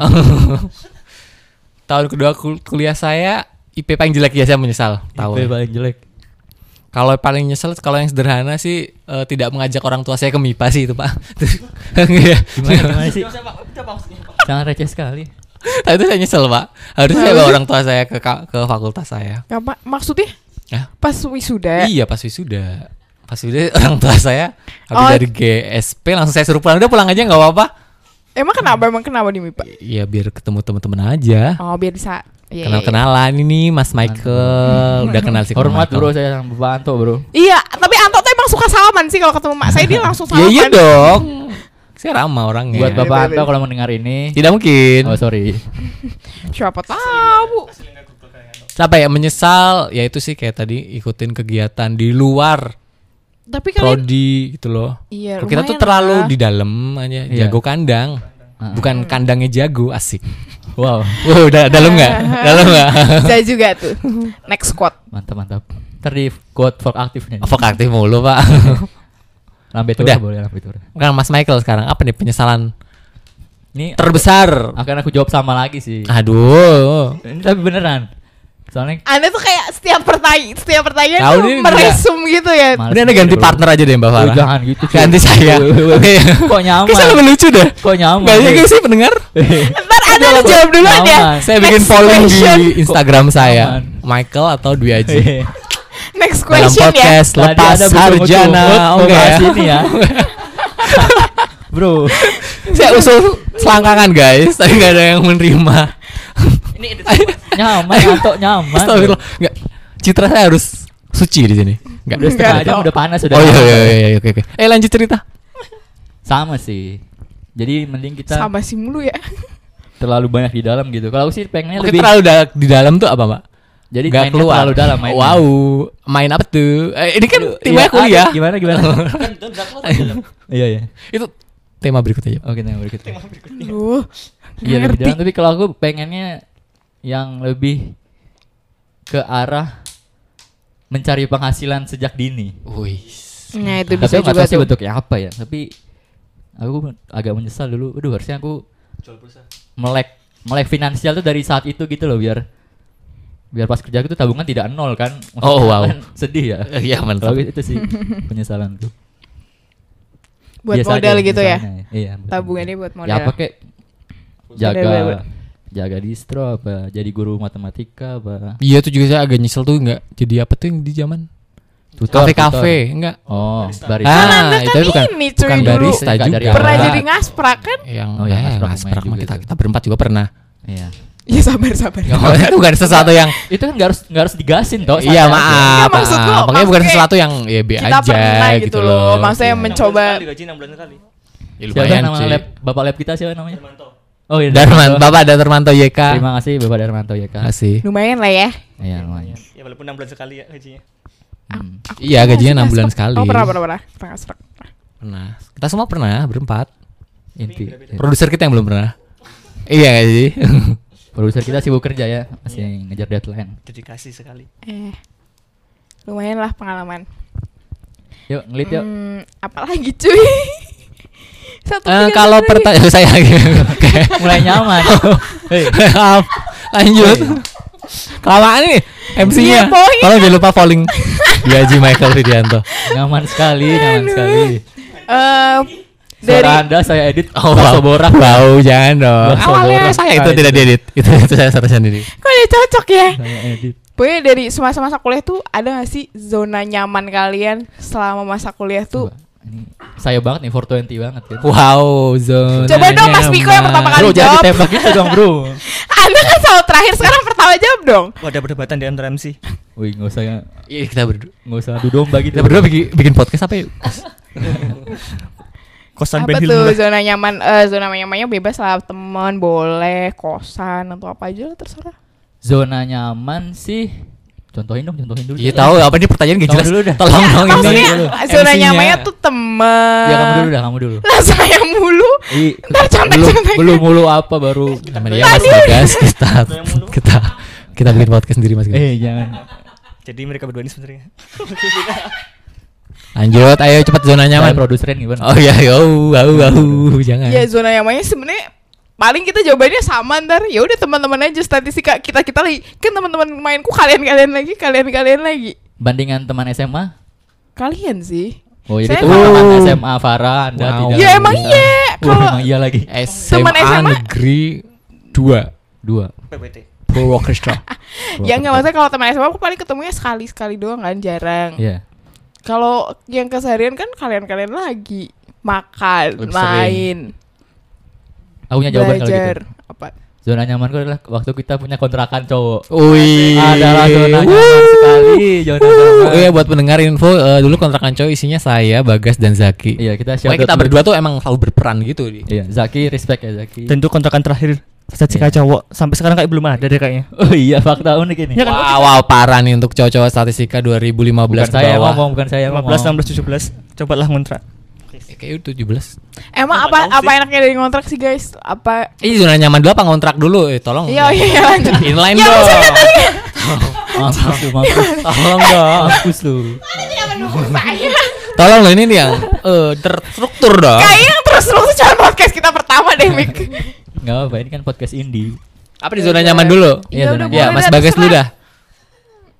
Tahun kedua kul- kuliah saya I P paling jelek ya, saya menyesal. Tahu. I P paling jelek. Kalau paling nyesel, kalau yang sederhana sih eh, tidak mengajak orang tua saya ke M I P A sih itu, Pak. Iya. Gimana gimana sih? Sangat receh sekali. Nah, itu saya nyesel, Pak. Harusnya saya bawa orang tua saya ke ka- ke fakultas saya. Apa maksudnya? Ya. Pas wisuda. Iya, pas wisuda. Pas wisuda orang tua saya habis Oh. dari G S P langsung saya suruh pulang. Udah pulang aja nggak apa-apa. Emang kenapa? Emang kenapa di M I P A? Iya, biar ketemu teman-teman aja. Oh, biar bisa. Iya, Kenal-kenalan ini Mas Michael. Udah kenal sih. Hormat Michael. bro, saya sama Bapak Anto bro. Iya, tapi Anto tuh emang suka salaman sih kalau ketemu mak saya dia langsung Iya salaman. iya dong. Saya ramah orangnya. Buat Bapak Iya, Anto iya. kalau mendengar ini. Tidak mungkin. Oh sorry. Siapa tahu. Apa ya, menyesal ya itu sih kayak tadi ikutin kegiatan di luar Tapi kalian prodi gitu loh. iya, Kalau kita tuh lumayan terlalu lah. di dalam aja, Iya. jago kandang. Ah. Bukan kandangnya jago, asik. Wow, Wow, udah dalam nggak? Dalam nggak? Bisa juga tuh. Next quote. mantap mantap. Ntar di quote for aktifnya. Vok aktif mulu, Pak. Lambe Udah. tura boleh lambe tura. Kan Mas Michael sekarang apa nih penyesalan Ini terbesar? akan aku jawab sama lagi sih. Aduh. Ini tapi beneran. Soalnya Anda tuh kayak setiap pertanyaan setiap pertanyaan Tahu tuh nih, meresum gitu ya. Males Ini Anda ganti bro. partner aja deh Mbak Oh, Farah. jangan gitu. cuy. Ganti saya. Woi, woi, woi. Oke. Kok nyaman? Kayaknya lebih lucu dah. Kok nyaman? Gak Woi. sih pendengar. Ntar Anda lu jawab duluan ya. Nyaman. Saya bikin Next polling question. di Instagram saya. Aman. Michael atau Dwi Aji. Next Dalam question ya. podcast Tadi lepas ada betul-betul. sarjana. Mau Oke bahas ya. ini ya. Bro. Saya usul selangkangan guys, tapi gak ada yang menerima. Nyaman, Anto nyaman. Astagfirullah. Enggak. Citra saya harus suci di sini. Enggak. Udah setengah Enggak jam dong. udah panas udah. Oh iya iya iya iya, oke oke. Eh lanjut cerita. Sama sih. Jadi mending kita Sama sih mulu ya. terlalu banyak di dalam gitu. Kalau aku sih pengennya Oke, lebih. terlalu da- di dalam tuh apa, Mbak? Jadi Nggak mainnya terlalu dalam mainnya. Wow, main apa tuh? Eh, ini kan Iya, timnya kuliah. ada. Gimana gimana? Iya iya. Itu tema berikutnya. Oke, nah berikutnya. Duh. Iya nggak lebih ngerti. dalam tapi kalau aku pengennya yang lebih ke arah mencari penghasilan sejak dini. Wih. Nah, itu Tapi bisa aku nggak juga tahu sih tuh. bentuknya apa ya. Tapi aku agak menyesal dulu. Aduh harusnya aku melek melek finansial tuh dari saat itu gitu loh biar biar pas kerja itu tabungan tidak nol kan. Maksudnya Oh, wow. kan sedih ya. Iya, mantap. Kalau itu sih penyesalan tuh. Buat Biasa modal aja gitu ya. penyesalannya. Iya. betul. Tabungannya buat modal. Ya apa kek jaga Bener-bener. jaga distro apa jadi guru matematika apa Iya tuh juga saya agak nyesel tuh nggak jadi apa tuh yang di zaman tutor, kafe-kafe enggak. oh Ah, barista Anda itu kan bukan ini, cuy, bukan dulu. barista Nggak juga. dari Pernah awal. jadi ngasprak kan? yang Oh, ya, eh, ngasprak ngasprak lumayan mah juga kita tuh. kita berempat juga pernah. iya Ya sabar sabar. itu bukan sesuatu yang itu kan nggak harus nggak harus digasin toh iya santai aja. maaf. Nggak, maksud ah, gua, Makanya bukan maksudnya sesuatu yang ya be Kita aja pernah gitu, gitu loh. Maksudnya Iya. mencoba. gaji enam bulan sekali. Ya, siapa lumayan nama cuy. lab bapak lab kita siapa namanya oh iya Darman, Darmanto. Bapak Darmanto Y K. terima kasih bapak Darmanto ya kan Kasih. Lumayan lah ya. iya lumayan Ya walaupun enam bulan sekali ya gajinya. Hmm. Aku Iya, pernah gajinya sih enam bulan ngasprak. sekali. Oh pernah pernah pernah. Pernah ngasprak. Pernah. Kita semua pernah berempat. inti Produser kita yang belum pernah. Iya gak sih? produser kita sibuk kerja ya masih ngejar deadline Dedikasi sekali. Eh, lumayan lah pengalaman. yuk ngelit yuk Hmm, apalagi cuy? Satu Eh, tiga kalau satu lagi. pertanyaan saya Oke. mulai nyaman Hei. Maaf. Lanjut. Kelamaan nih M C-nya. Iya, poin. Tolong jangan lupa following Haji Michael Widianto. nyaman sekali nyaman sekali Eh, Suara dari anda saya edit Oh, bakso wow. borak Bau jangan dong. Bakso Awalnya borak. saya itu Ah, tidak itu. diedit. Itu itu saya secara sendiri. kok dia cocok ya? saya edit Pokoknya dari semasa-masa kuliah tuh ada gak sih zona nyaman kalian selama masa kuliah tuh? Coba, ini saya banget nih four twenty banget kan Wow, zona. Coba dong, Mas Miko yang pertama kali bro jangan jawab. ditembak gitu dong bro Anda kan selalu terakhir, sekarang pertama jawab dong. Oh, ada perdebatan di antara M C. wih nggak usah Iya, kita berdua. nggak usah adu domba gitu Kita berdua bikin, bikin podcast apa yuk? Kosan Apa Ben tuh Hilma. zona nyaman? Eh, zona nyamannya bebas lah, teman boleh, kosan atau apa aja lah terserah. zona nyaman sih contohin dong contohin dulu Iya tahu apa ini pertanyaan gak Kamu jelas. dulu dah. Tolong Ya, dong ini. maksudnya zona M C-nya. nyamannya tuh temen. ya kamu dulu dah kamu dulu Lah saya mulu. Ih, Ntar belum contek-contek. belum mulu apa baru Nama dia Mas Bagas. Kita kita kita bikin podcast sendiri Mas. Bagas. eh jangan Jadi mereka berdua ini sebenarnya. Lanjut, ayo cepat zona saya nyaman. produsernya gimana Oh iya, yo, au, au, jangan. Ya zona nyamannya sebenarnya paling kita jawabannya sama ntar. Ya udah teman-teman aja statistika kita kita lagi kan teman-teman mainku kalian-kalian lagi kalian-kalian lagi. bandingan teman S M A Kalian sih. oh jadi Saya teman-teman tahu. S M A Farah anda Wow. tidak Ya emang bisa. iya. Wah, Kalau emang iya lagi S Teman M A S M A. Negeri dua dua P P T. Purwokerto. ya nggak maksudnya kalau teman S M A aku paling ketemunya sekali-sekali doang kan, jarang. Iya Kalau yang keseharian kan kalian-kalian lagi makan, Lebih main, aku punya jawaban kalau belajar, gitu apa? zona nyamanku adalah waktu kita punya kontrakan cowok Wih. adalah zona nyaman sekali zona nyaman Oh iya, buat pendengar info, eh, dulu kontrakan cowok isinya saya, Bagas dan Zaki. iya kita shout Pokoknya kita out dulu. berdua tuh emang selalu berperan gitu di. iya Zaki respect ya Zaki Dan itu kontrakan terakhir statistika Iya. cowok sampai sekarang kayak belum ada deh kayaknya. oh iya fakta unik ini Ya kan? Wow, wow, parah nih untuk cowok-cowok statistika dua ribu lima belas bukan ke saya yang bawah. ngomong bukan saya yang lima ngomong belas, enam belas, tujuh belas. Cobalah ngontrak. Eh, Kayaknya tujuh belas. Emang Nggak apa tahu apa sih. enaknya dari ngontrak sih guys? Apa? Ini zona nyaman dulu apa ngontrak dulu? Eh, tolong. Iya iya iya lanjut. Inline Ya, dong. maksudnya mampus lu mampus Tolong dong. mampus lu Jangan nunggu saya. Tolong loh ini nih yang eh, terstruktur dong. Kayaknya yang terus terus cuma podcast kita pertama deh Mik. nggak apa ini kan podcast indie Apa di zona nyaman dulu? Iya, zona udah nyaman. Ya, boleh Mas dah, Bagas dulu terserah. dah.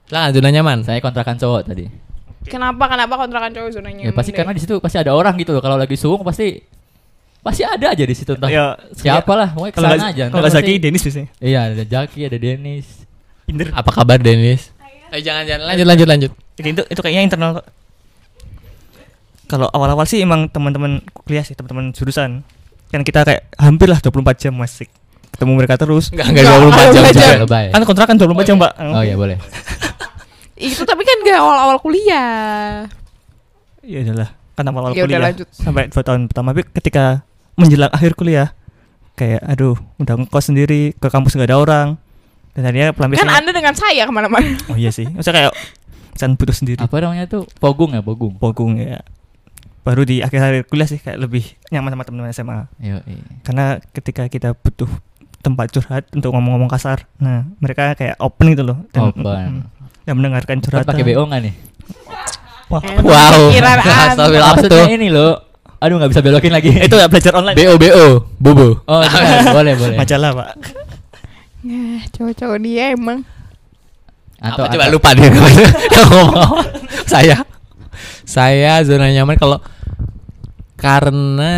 Lah, zona nyaman. Saya kontrakan cowok tadi. Kenapa kenapa kontrakan cowok zona nyaman? Ya pasti deh? karena di situ pasti ada orang gitu loh. Kalau lagi suung pasti pasti ada aja di situ entah Ya, siapa lah, pokoknya Kalau kesana nggak- aja. kalau Ntar nggak Zaki, pasti- Denis biasanya. Iya, ada Jaki, ada Dennis. Inder. Apa kabar Dennis? Eh jangan jangan lanjut lanjut lanjut. Itu itu kayaknya internal kok. Kalau awal-awal sih emang teman-teman kuliah sih, teman-teman jurusan. Kan kita kayak hampir lah dua puluh empat jam masih ketemu mereka terus. Enggak enggak dua puluh empat jam Enggak, juga. enggak. Lebay. Kan kontrakan dua puluh empat jam, Pak. Oh iya boleh. Itu tapi kan gak awal-awal kuliah. Ya udahlah, kan awal-awal Ya udah, kuliah lanjut. sampai dua tahun pertama. Tapi ketika menjelang akhir kuliah, kayak aduh, udah ngekos sendiri, ke kampus nggak ada orang, dan akhirnya Kan pelampiasan. Anda dengan saya kemana-mana. Oh iya sih, maksudnya kayak misalnya butuh sendiri, Apa namanya tuh? Pogung ya, Pogung. pogung ya. Baru di akhir-akhir kuliah sih kayak lebih nyaman sama teman-teman S M A. Iya, iya. Karena ketika kita butuh tempat curhat untuk ngomong-ngomong kasar, nah mereka kayak open gitu loh, dan, Open. mm, dan mendengarkan Kan curhatan. pakai B O enggak nih? Wah, Emang Wow. pikiran Anda. Astagfirullah, apa Maksudnya tuh? ini loh. Aduh nggak bisa belokin lagi. itu ya belajar online. B O B O Bobo. Oh iya, boleh boleh. Majalah, Pak. Nah, cowok-cowok dia emang. Atau Apa coba atau- lupa deh yang ngomong. Saya saya zona nyaman kalau karena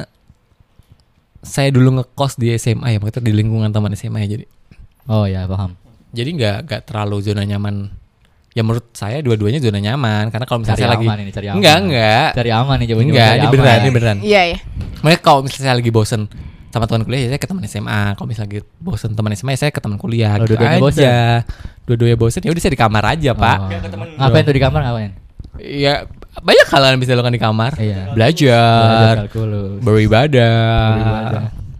saya dulu ngekos di S M A ya, maksudnya di lingkungan teman S M A ya, jadi Oh ya paham. jadi nggak nggak terlalu zona nyaman. Ya menurut saya dua-duanya zona nyaman karena kalau misalnya Cari saya lagi aman ini, cari aman. enggak enggak Cari aman nih jawabannya. enggak cari ini aman. beneran ini beneran. Iya ya. Makanya kalau misalnya saya lagi bosen sama teman kuliah ya saya ke teman S M A. Kalau misalnya lagi bosen teman S M A ya saya ke teman kuliah. Oh, gitu dua-duanya bosen? aja. Dua-duanya bosen ya udah saya di kamar aja, Pak. Oh. Ngapain tuh di kamar ngapain? Ya banyak hal yang bisa dilakukan di kamar. Iya. Belajar, kalkulus. beribadah. Beribadah.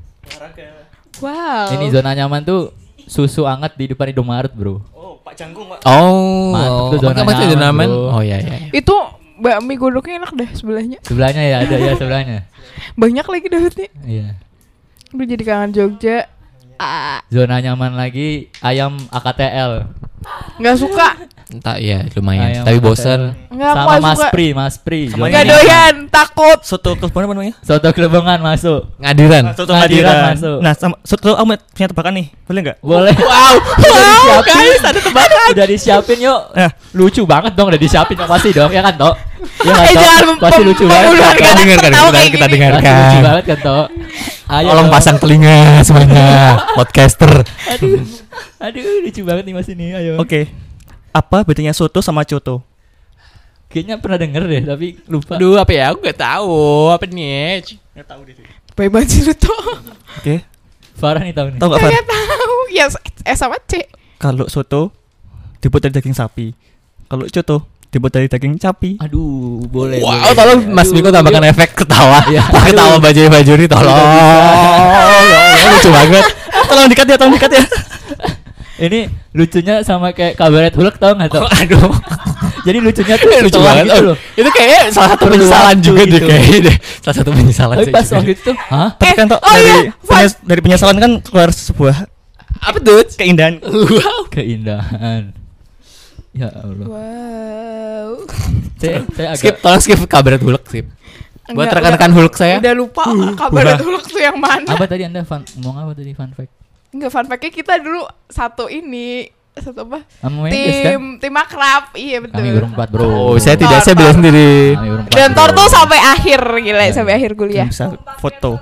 Wow. Ini zona nyaman tuh susu anget di depan Indomaret, Bro. Oh, Pak Janggung, Pak. Oh, Mantap tuh, zona makanya zona nyaman, nyaman. bro. Oh iya iya. Itu bakmi godoknya enak dah sebelahnya. Sebelahnya ya ada ya sebelahnya. Banyak lagi dapetnya. Iya. Udah jadi kangen Jogja. Ah, Zona nyaman lagi ayam A K T L. nggak suka. Entah ya lumayan, Ayam tapi A K T L. bosen. Nggak aku Sama nggak Mas suka. Pri, Mas Pri. Sama Zona Nggak ini. nyaman. doyan, takut. Soto kelapa apa namanya? Soto Klebengan masuk. Ngadiran. Soto Ngadiran Ngadiran. masuk. Nah, sama soto kamu punya tebakan nih. Boleh enggak? Boleh. Wow. Udah disiapin. guys, ada tebakan. Udah disiapin yuk. Nah, Lucu banget dong udah disiapin dong pasti dong ya kan Tok? Ya kan Eh, Tok? jangan mem- Pasti mem- lucu banget. memulihkan kan, Kita Tok? dengarkan, Ketawa kita, kayak kita gini. Pasti lucu dengarkan. banget kan Tok? Ayo Tolong dong. pasang telinga semuanya, podcaster. Aduh. Aduh lucu banget nih Mas ini. Ayo. oke. Apa bedanya soto sama coto? Kayaknya pernah denger deh tapi lupa. Aduh, apa ya? Aku gak tahu. Apa nih? Enggak tahu deh. Bebas sih lu tuh. Oke. Farah nih tahu nih. Tahu enggak, Far? Nggak tahu. Ya S sama C. Kalau soto dibuat dari daging sapi. Kalau coto dibuat dari daging capi. Aduh, boleh. Wow, boleh. tolong Mas Aduh, Miko tambahkan yuk. efek ketawa. Iya. Ketawa baju-baju ini tolong. Ya Allah, lucu banget. Tolong dikat ya, tolong dikat ya. Ini lucunya sama kayak kabaret Hulk tau nggak Tok? Aduh. Jadi lucunya tuh Lucu setelah banget. gitu Oh, loh. itu kayak salah satu Perlu penyesalan waktu juga deh gitu. kayaknya deh. Salah satu penyesalan Tapi saya pas juga. waktu itu, hah? Tapi Eh, kan Tok, oh dari iya, penyes- dari penyesalan kan keluar sebuah Apa tuh? keindahan. Wow. Keindahan. Ya Allah. Wow. Saya, saya agak Skip, tolong skip kabaret Hulk, skip. Buat Enggak, rekan-rekan udah- Hulk saya. Udah lupa kabar Hulk tuh yang mana. apa tadi Anda fun, ngomong apa tadi fun fact? Enggak, fun fact-nya kita dulu satu ini satu apa? Sama Mendes kan? Tim tim akrab. Iya betul. Kami berempat, Bro. Oh, saya tidak, saya Tor, bilang Tor. sendiri. Kami berempat. Dan Tor bro. tuh sampai akhir gila, sampai akhir kuliah. Bisa foto.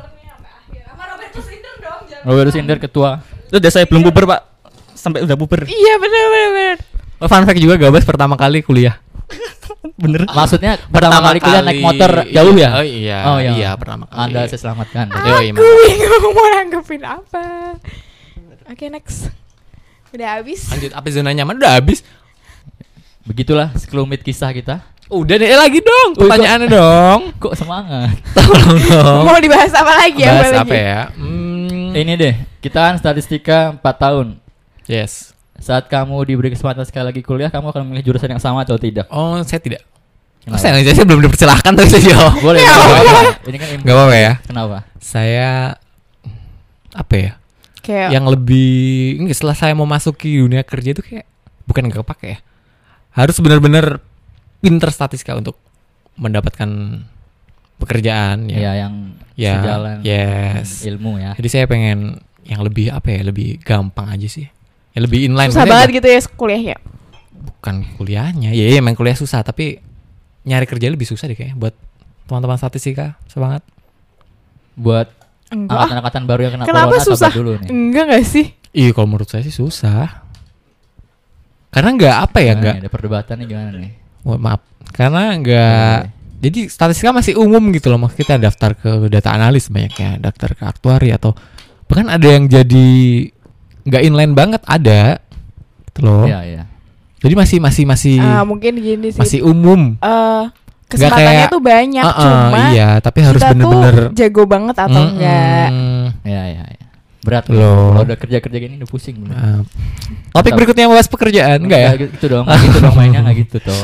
Robert Sinder ketua. Itu udah saya belum puber, Pak. Sampai udah puber. Iya benar benar benar. Oh, fun fact juga Gabas pertama kali kuliah. Bener. Maksudnya pertama, kali kuliah naik motor iya. jauh ya? Oh iya, Oh, iya. iya pertama kali. Anda saya selamatkan. Yo, iya, Aku bingung mau nanggepin apa. Oke, next. Udah habis. Lanjut, apa zona nyaman udah habis? Begitulah sekelumit kisah kita. Udah deh, eh, lagi dong. Wih, Pertanyaannya dong. Kok semangat? Tolong dong. Mau dibahas apa lagi? Bahas lagi? apa ya? Hmm. Ini deh, kita kan statistika empat tahun. Yes. Saat kamu diberi kesempatan sekali lagi kuliah, kamu akan memilih jurusan yang sama atau tidak? Oh, saya tidak. Oh, Kenapa? saya, saya belum dipersilahkan tapi saya jawab. Boleh, Ya boleh, Allah. boleh. Ini kan Gak apa-apa ya. Kenapa? Saya apa ya? Kayak Yang lebih enggak, setelah saya mau masuki dunia kerja itu kayak bukan nggak kepake ya. Harus benar-benar pinter statistika untuk mendapatkan pekerjaan Ya, ya. yang Ya, sejalan yes. dengan ilmu ya. Jadi saya pengen yang lebih apa ya? Lebih gampang aja sih. Yang lebih inline. susah Maksudnya banget gitu ya kuliahnya. bukan kuliahnya. Ya iya, emang kuliah susah, tapi nyari kerja lebih susah deh kayaknya buat teman-teman statistika. Semangat. Buat Enggak. angkatan-angkatan baru yang kena Kenapa corona susah? sabar dulu nih. Enggak gak sih? Iya, kalau menurut saya sih susah. Karena nggak apa ya Gimana nggak. nih, ada perdebatan nih gimana nih? Oh, maaf. Karena nggak. Jadi statistika masih umum gitu loh. Maksudnya kita daftar ke data analis banyaknya, daftar ke aktuari atau bahkan ada yang jadi nggak inline banget ada, gitu loh. Iya, iya. Jadi masih masih masih Ah, mungkin gini sih. masih umum. Eh, kesempatannya kayak- tuh banyak, Uh, uh, cuma iya, tapi harus kita bener-bener tuh jago banget atau Mm-mm. enggak. Iya, iya, iya. Berat Loh. loh. Kalau udah kerja-kerja gini udah pusing bener. Uh, topik Tetap. berikutnya bahas pekerjaan enggak ya? Nggak gitu dong, nggak gitu dong mainnya nggak gitu toh.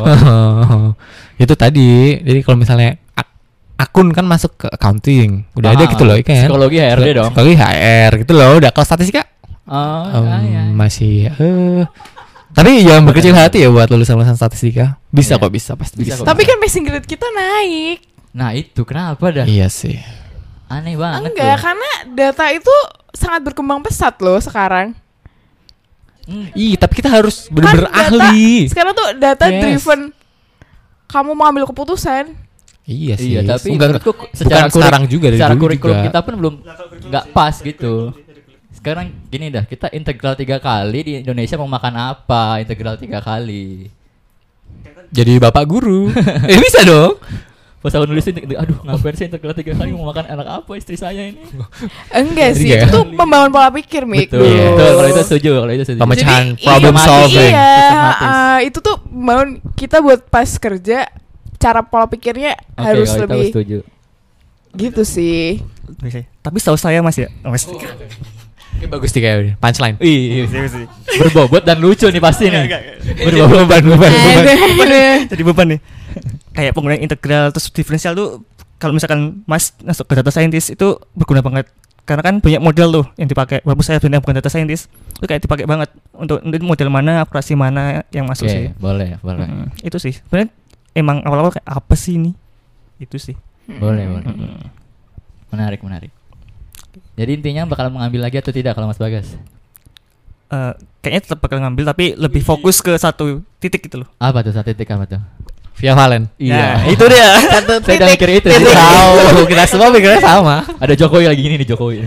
Itu tadi. Jadi kalau misalnya ak- akun kan masuk ke accounting, udah ada Paham. gitu loh, kan? Psikologi H R D dong. Psikologi H R gitu loh. Udah kalau statistika Oh, em, ah, iya. masih eh tapi jangan berkecil hati ya buat lulusan-lulusan statistika. Bisa Iya. kok, bisa pasti Bisa bisa. kok. Tapi kan passing grade kita naik. Nah itu kenapa dah? Iya sih. Aneh banget. Enggak, loh. karena data itu sangat berkembang pesat loh sekarang. Hmm. Ih, tapi kita harus bener-bener Kan data- ahli. Sekarang tuh data Yes. driven. Kamu mau ambil keputusan. Iya sih. Iya, tapi Enggak, menurutku bukan secara kurik- sekarang juga dari secara dulu kurikulum juga. kita pun belum nggak pas gitu. Sekarang gini dah, kita integral tiga kali di Indonesia mau makan apa? Integral tiga kali. Jadi bapak guru. eh bisa dong. Pas aku nulis ini, aduh ngapain sih integral tiga kali mau makan anak apa istri saya ini? Enggak Jadi sih, kayak- itu tuh membangun pola pikir, Mik. Betul, Yes. betul. Kalau itu setuju, kalau itu setuju. Pemecahan Jadi, problem iya, solving. Iya, Sistematis. uh, itu tuh mau kita buat pas kerja cara pola pikirnya Oke, harus kalau itu aku lebih setuju. gitu sih. Bisa. Tapi setahu saya Mas ya, Mas. Ini bagus nih kayak punchline. Ih, Bisa, bisa. berbobot dan lucu nih pasti nih. Enggak, Berbobot beban beban beban. Aduh. Jadi beban nih. Kayak penggunaan integral terus diferensial tuh kalau misalkan Mas masuk ke data scientist itu berguna banget. Karena kan banyak model tuh yang dipakai. Walaupun saya sebenarnya bukan data scientist, itu kayak dipakai banget untuk untuk model mana, akurasi mana yang masuk Oke, sih. boleh, boleh. Mm, itu sih. Sebenarnya emang awal-awal kayak apa sih ini? Itu sih. Boleh, boleh. Mm. Menarik, menarik. Jadi intinya bakal mengambil lagi atau tidak kalau Mas Bagas? Eh, kayaknya tetap bakal ngambil tapi lebih fokus ke satu titik gitu loh. Apa tuh satu titik apa tuh? Via Valen. Ya, Iya. itu dia. Saya udah mikir itu sih. Tahu, kita semua pikirnya sama. Ada Jokowi lagi gini nih Jokowi.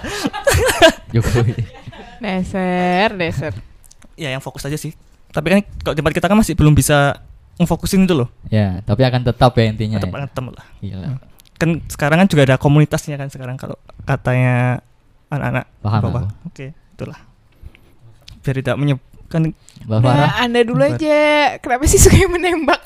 Jokowi. Dasar, dasar. Ya yang fokus aja sih. Tapi kan kalau tempat kita kan masih belum bisa ngefokusin itu loh. Ya, tapi akan tetap ya intinya. Tetap ya. banget tetap lah. Gila. Kan sekarang kan juga ada komunitasnya kan sekarang kalau katanya anak-anak Paham bawah. aku. Oke, itulah. Biar tidak menyebabkan Mbak Farah. Nah, Anda dulu aja. Kenapa sih suka menembak?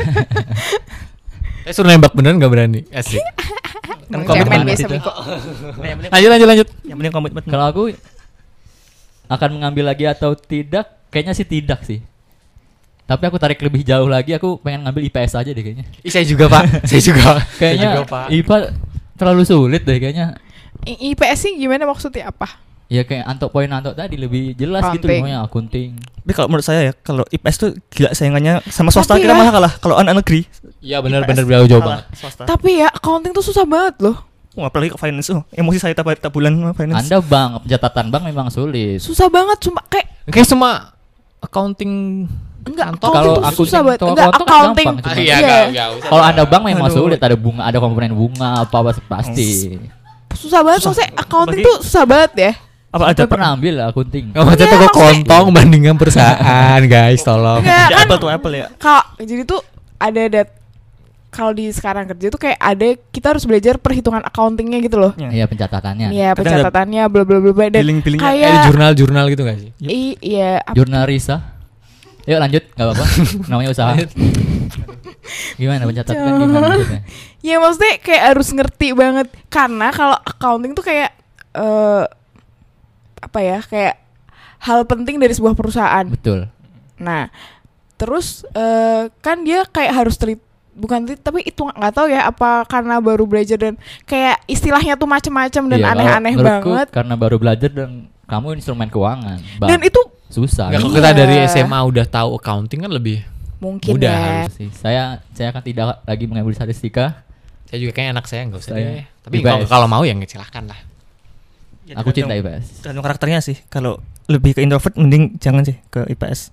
Saya suruh nembak beneran nggak berani. Asik. kan Cemen komitmen biasa, itu. Miko. Nah, yang penting, Lanjut lanjut lanjut. yang penting komitmen. Kalau aku akan mengambil lagi atau tidak? Kayaknya sih tidak sih. Tapi aku tarik lebih jauh lagi, aku pengen ngambil I P S aja deh kayaknya. Ih, saya juga pak. saya juga. Kayaknya Saya juga, Pak. I P A terlalu sulit deh kayaknya. I- IPS sih gimana maksudnya apa? Ya kayak antok poin antok tadi lebih jelas gitu Accounting. namanya akunting. Tapi kalau menurut saya ya kalau I P S tuh gila saingannya sama swasta Tapi kita ya- malah kalah. Kalau anak negeri Iya benar I P S benar beliau jauh kalah banget. swasta. Tapi ya accounting tuh susah banget loh. Wah, apalagi ke finance. Oh, emosi saya tiap, tiap bulan sama finance. Anda bank, pencatatan bank memang sulit. Susah banget cuma kayak Kayak semua accounting. enggak Kantor, accounting kalau tuh aku susah sing- banget. kalau Enggak kontak accounting. gampang, cuma- Iya. Kalau Anda bank memang Aduh. sulit, ada bunga, ada komponen bunga apa apa pasti. Susah banget Susah. maksudnya accounting Bagi- tuh susah banget ya. Apa Ada ada pernah ambil lah akunting. Nggak maksudnya Iya, toko maksudnya- kontong bandingkan perusahaan guys, tolong. Enggak Ya, kan apple to apple ya. kalau jadi tuh ada dat kalau di sekarang kerja tuh kayak ada kita harus belajar perhitungan accountingnya gitu loh. Ya. Iya pencatatannya. Iya, Kadang ada pencatatannya bla bla bla bla dan Billing-billingnya. Kayak di kayak jurnal-jurnal gitu gak sih? i- iya ap- Jurnal Risa. Yuk lanjut, nggak apa-apa. Namanya usaha. Gimana pencatatan gimana maksudnya? ya maksudnya kayak harus ngerti banget karena kalau accounting tuh kayak eh apa ya kayak hal penting dari sebuah perusahaan. Betul. Nah, terus eh kan dia kayak harus telit bukan telit tapi itu nggak tahu ya apa karena baru belajar dan kayak istilahnya tuh macem-macem dan Iya, kalau aneh-aneh menurutku banget. Karena baru belajar dan kamu instrumen keuangan. Bang. Dan itu susah. Nggak, kalau Iya. kita dari S M A udah tahu accounting kan lebih. mungkin Mudah ya. Harus sih. Saya saya akan tidak lagi mengambil statistika. Saya juga kayak anak saya nggak usah Saya- deh. Tapi I P S. kalau kalau mau ya silahkan lah. Ya, Aku cinta I tergantung- P S. Tergantung karakternya sih. Kalau lebih ke introvert mending jangan sih ke I P S.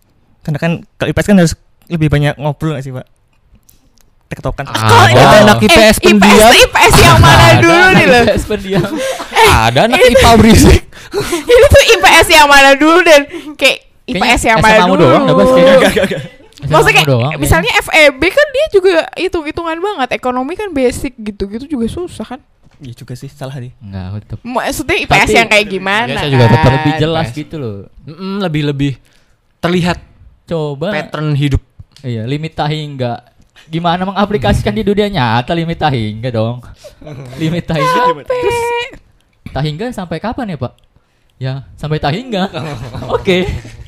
Karena kan kalau I P S kan harus lebih banyak ngobrol nggak sih Pak? Tektokan. Ah, ada anak I P S eh, pendiam. I P S, I P S yang mana dulu nih loh? I P S pendiam. Ada anak I P A berisik. Ini tuh I P S yang mana dulu dan kayak I P S yang mana S M A-mu dulu? doang, nggak bahas kayaknya. Enggak, enggak, enggak. Maksudnya kayak doang, misalnya F E B kan dia juga hitung-hitungan banget. Ekonomi kan basic gitu-gitu juga susah kan. Iya juga sih, salah nih. Enggak, aku tetap Maksudnya I P S Tapi- yang kayak gimana Biasa kan? juga tetap lebih jelas I P S. gitu loh. Mm-mm, lebih-lebih terlihat Coba pattern hidup. iya, limit tahingga. Gimana mengaplikasikan di dunia nyata limit tahingga dong? Limit tahingga. Terus tahingga sampai kapan ya, Pak? Ya, sampai tahingga. Oke.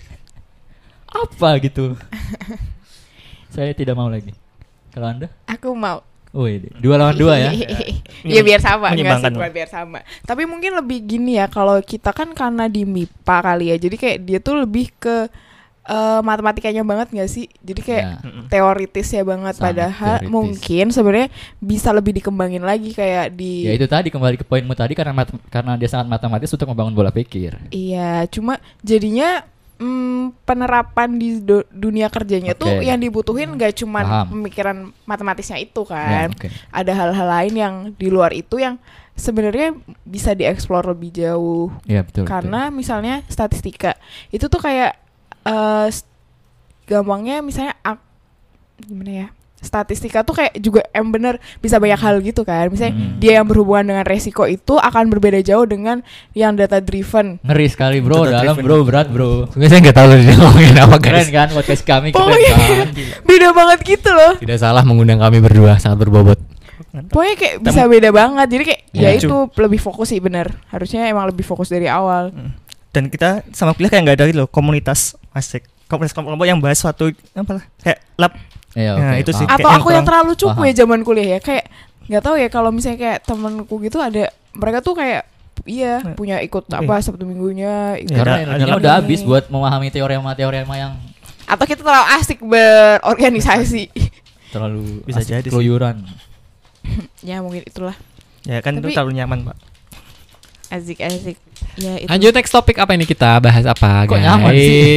Apa gitu? Saya tidak mau lagi. Kalau Anda? Aku mau. Wih, dua lawan dua ya. Ya biar sama, enggak sih, Menyimbangkan. bukan biar sama. Tapi mungkin lebih gini ya, kalau kita kan karena di M I P A kali ya. Jadi kayak dia tuh lebih ke eh, matematikanya banget nggak sih? Jadi kayak Ya. teoritisnya banget. Sangat Padahal teoritis. mungkin sebenarnya bisa lebih dikembangin lagi kayak di. Ya itu tadi kembali ke poinmu tadi karena mat- karena dia sangat matematis untuk membangun bola pikir. Iya, cuma jadinya mm, penerapan di do- dunia kerjanya Oke. tuh yang dibutuhin gak cuma Paham. pemikiran matematisnya itu Ya, kan. oke. Ada hal-hal lain yang di luar itu yang sebenarnya bisa dieksplor lebih jauh. Iya betul. Karena misalnya statistika itu tuh kayak eh, s- gampangnya misalnya ak- gimana ya? Statistika tuh kayak juga yang bener bisa banyak hal gitu kan. Misalnya Hmm. dia yang berhubungan dengan resiko itu akan berbeda jauh dengan yang data driven. Ngeri sekali bro, Data dalam driven. bro, berat bro. Sebenarnya saya nggak tahu loh dia ngomongin apa Keren guys. kan podcast kami, keren Pokoknya kan. Gila. beda banget gitu loh. Tidak salah mengundang kami berdua, sangat berbobot. Pokoknya kayak bisa beda banget. Jadi kayak Ya. ya itu lebih fokus sih bener. Harusnya emang lebih fokus dari awal. Dan kita sama kuliah kayak nggak ada gitu loh komunitas asik. Komunitas kelompok yang bahas suatu apa lah kayak lab. Iya, Nah, oke, itu sih. paham. Atau Kayak yang aku yang kurang terlalu cupu paham. ya zaman kuliah ya. Kayak nggak tahu ya kalau misalnya kayak temenku gitu ada mereka tuh kayak iya Hmm. punya ikut Eh. apa Sabtu minggunya ikut Ya, Karena ada- energinya ada udah ini. habis buat memahami teorema-teorema yang atau kita terlalu asik berorganisasi. terlalu Bisa asik jadi sih. keluyuran. Ya mungkin itulah Ya kan Tapi- itu terlalu nyaman Pak. asik-asik. Ya itu. Lanjut next topik apa ini kita bahas apa Kok guys? nyaman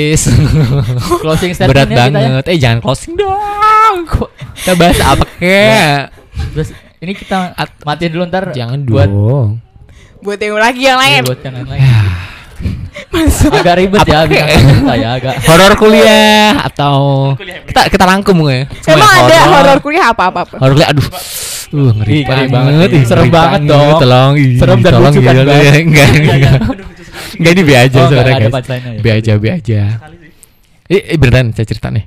Closing statement Berat ya kita ya. banget. Eh jangan closing dong. Kok Kita bahas apa kek? terus ini kita matiin dulu ntar Jangan buat dong. Buat yang lagi yang lain. buat yang lain. Masuk. Agak ribet ya Apa bintang kek? tamu kita ya agak. Horor kuliah atau kita kita rangkum ya. Semua Emang yang ada horor kuliah apa-apa? Horor kuliah aduh. Uh, ngeri Ih, ngeri banget, banget, ih, serem ngeri banget dong. Tolong, ih, Serem dan tolong lucu kan, gila lu Bang? ya. Enggak, enggak. Enggak ini B aja Oh, nggak sebenarnya ada guys. punchline-nya ya. B aja, B aja. Eh, eh beneran saya cerita nih.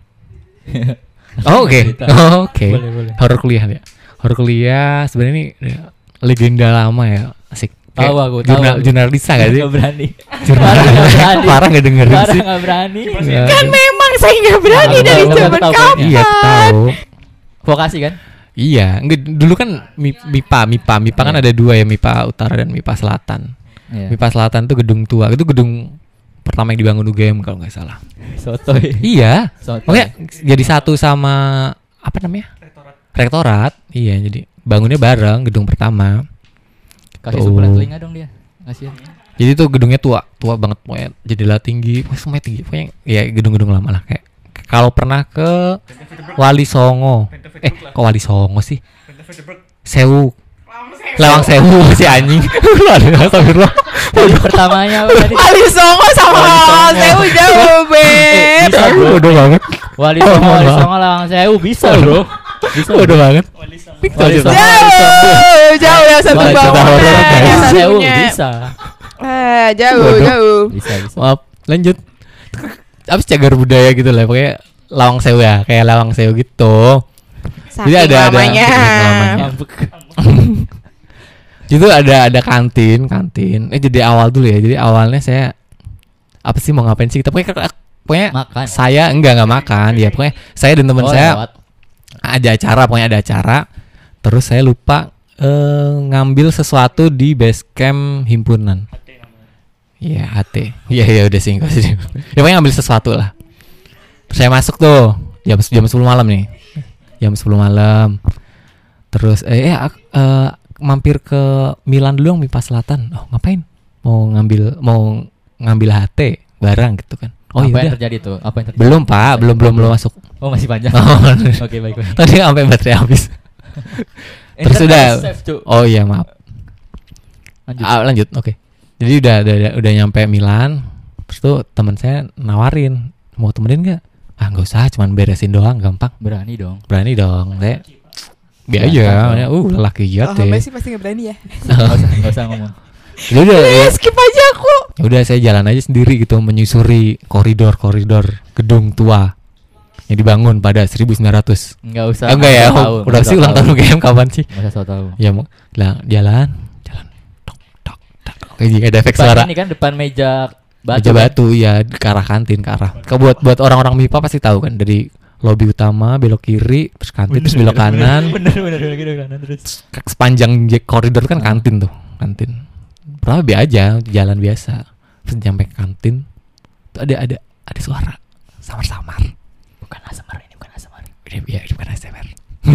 Oh, oke. Cerita. Oh, oke. Boleh, boleh. Horor kuliah ya. Horor kuliah sebenarnya ini ya, legenda lama ya. Asik. Tahu Kayak aku, tahu jurnal, aku. jurnalisa gak sih? Nggak berani. Jurnal. Parah nggak berani. Parah gak dengerin Parah sih? nggak berani. Nggak. Kan memang saya nggak berani Tahu, dari tahu, zaman tahu, kapan. tahu. Iya, aku tahu. Vokasi kan? Iya, enggak dulu kan Mi- MIPA, MIPA, MIPA kan Iya. ada dua ya, MIPA Utara dan MIPA Selatan. Iya. MIPA Selatan tuh gedung tua, itu gedung pertama yang dibangun U G M kalau nggak salah. Sotoy. Iya, Sotoy. pokoknya jadi satu sama apa namanya? Rektorat. Iya, jadi bangunnya bareng gedung pertama. Kasih Tuh. sukulan telinga dong dia. Kasihan. Jadi tuh gedungnya tua, tua banget pokoknya. Jendela tinggi, pokoknya semuanya tinggi. Pokoknya ya gedung-gedung lama lah kayak. Kalau pernah ke Wali Songo, eh kok Wali Songo sih? Sewu, Lawang Sewu si anjing. Lu ada astagfirullah. Tadi pertamanya apa tadi? Wali Songo sama Wali Songo. Sewu jauh, Eh, Beb. bisa bro. Bodoh banget. Wali Oh, Songo, Wali maaf. Songo Lawang Sewu bisa bro. Bisa. Bodoh banget. Wali Songo. Jauh, jauh yang satu Wali Songo bawah. horor, Yang guys. Lawang Sewu satunya. bisa. Eh, jauh, Bodoh. jauh. Bisa, bisa. Maaf, lanjut. Abis cagar budaya gitu lah, pokoknya Lawang Sewu ya, kayak Lawang Sewu gitu. Saking Jadi ada- ada- lamanya. saking lamanya. Ngambek. Itu ada ada kantin, kantin. Eh jadi awal dulu ya. Jadi awalnya saya apa sih mau ngapain sih? Kita pokoknya, pokoknya Makan. saya enggak enggak makan. Ya pokoknya saya dan teman Oh, saya lewat. ada acara, pokoknya ada acara. Terus saya lupa eh, ngambil sesuatu di base camp himpunan. Iya, H T. Iya, iya udah singkat sih. Ya pokoknya ngambil sesuatu lah. Terus saya masuk tuh jam jam sepuluh malam nih. Jam sepuluh malam. Terus eh, eh ak- eh, mampir ke Milan dulu dong, MIPA Selatan. Oh, ngapain? Mau ngambil mau ngambil H T barang gitu kan. Oh apa iya yang udah. terjadi tuh? Apa yang terjadi? Belum Pak, belum belum belum masuk. Oh masih panjang. Oh, Oke baik baik. tadi sampai baterai habis. Terus Internet udah. save, Cuk. Oh iya maaf. Lanjut. Ah, lanjut, oke. Jadi udah, udah udah udah nyampe Milan. Terus tuh teman saya nawarin, mau temenin nggak? Ah nggak usah, cuman beresin doang, gampang. Berani dong. Berani dong, saya. Biar Gampang aja, dong. uh lelaki giat Oh, Mbak deh. sih pasti nggak berani ya. Gak usah, gak usah ngomong. Jadi udah, ya, Eh, skip aja aku. ya udah saya jalan aja sendiri gitu, menyusuri koridor-koridor gedung tua yang dibangun pada seribu sembilan ratus. Enggak usah. Oh, enggak ya, nggak tahu, udah nggak sih ulang tahu. tahun game kapan sih? Nggak usah so tahu. Ya mau lah, jalan, jalan, tok tok tok. Kayak ada efek Depan suara. ini kan depan meja batu. Meja kan? batu ya ke arah kantin ke arah. Kalau buat buat orang-orang M I P A pasti tahu kan dari lobi utama belok kiri terus kantin terus belok kanan. Bener bener bener gitu kanan terus. Ke- Sepanjang j- koridor kan kantin tuh, kantin. Pertama biasa aja jalan biasa. Terus nyampe kantin tuh ada ada ada suara samar-samar. Bukan A S M R ini, bukan A S M R. Udah ya bukan A S M R.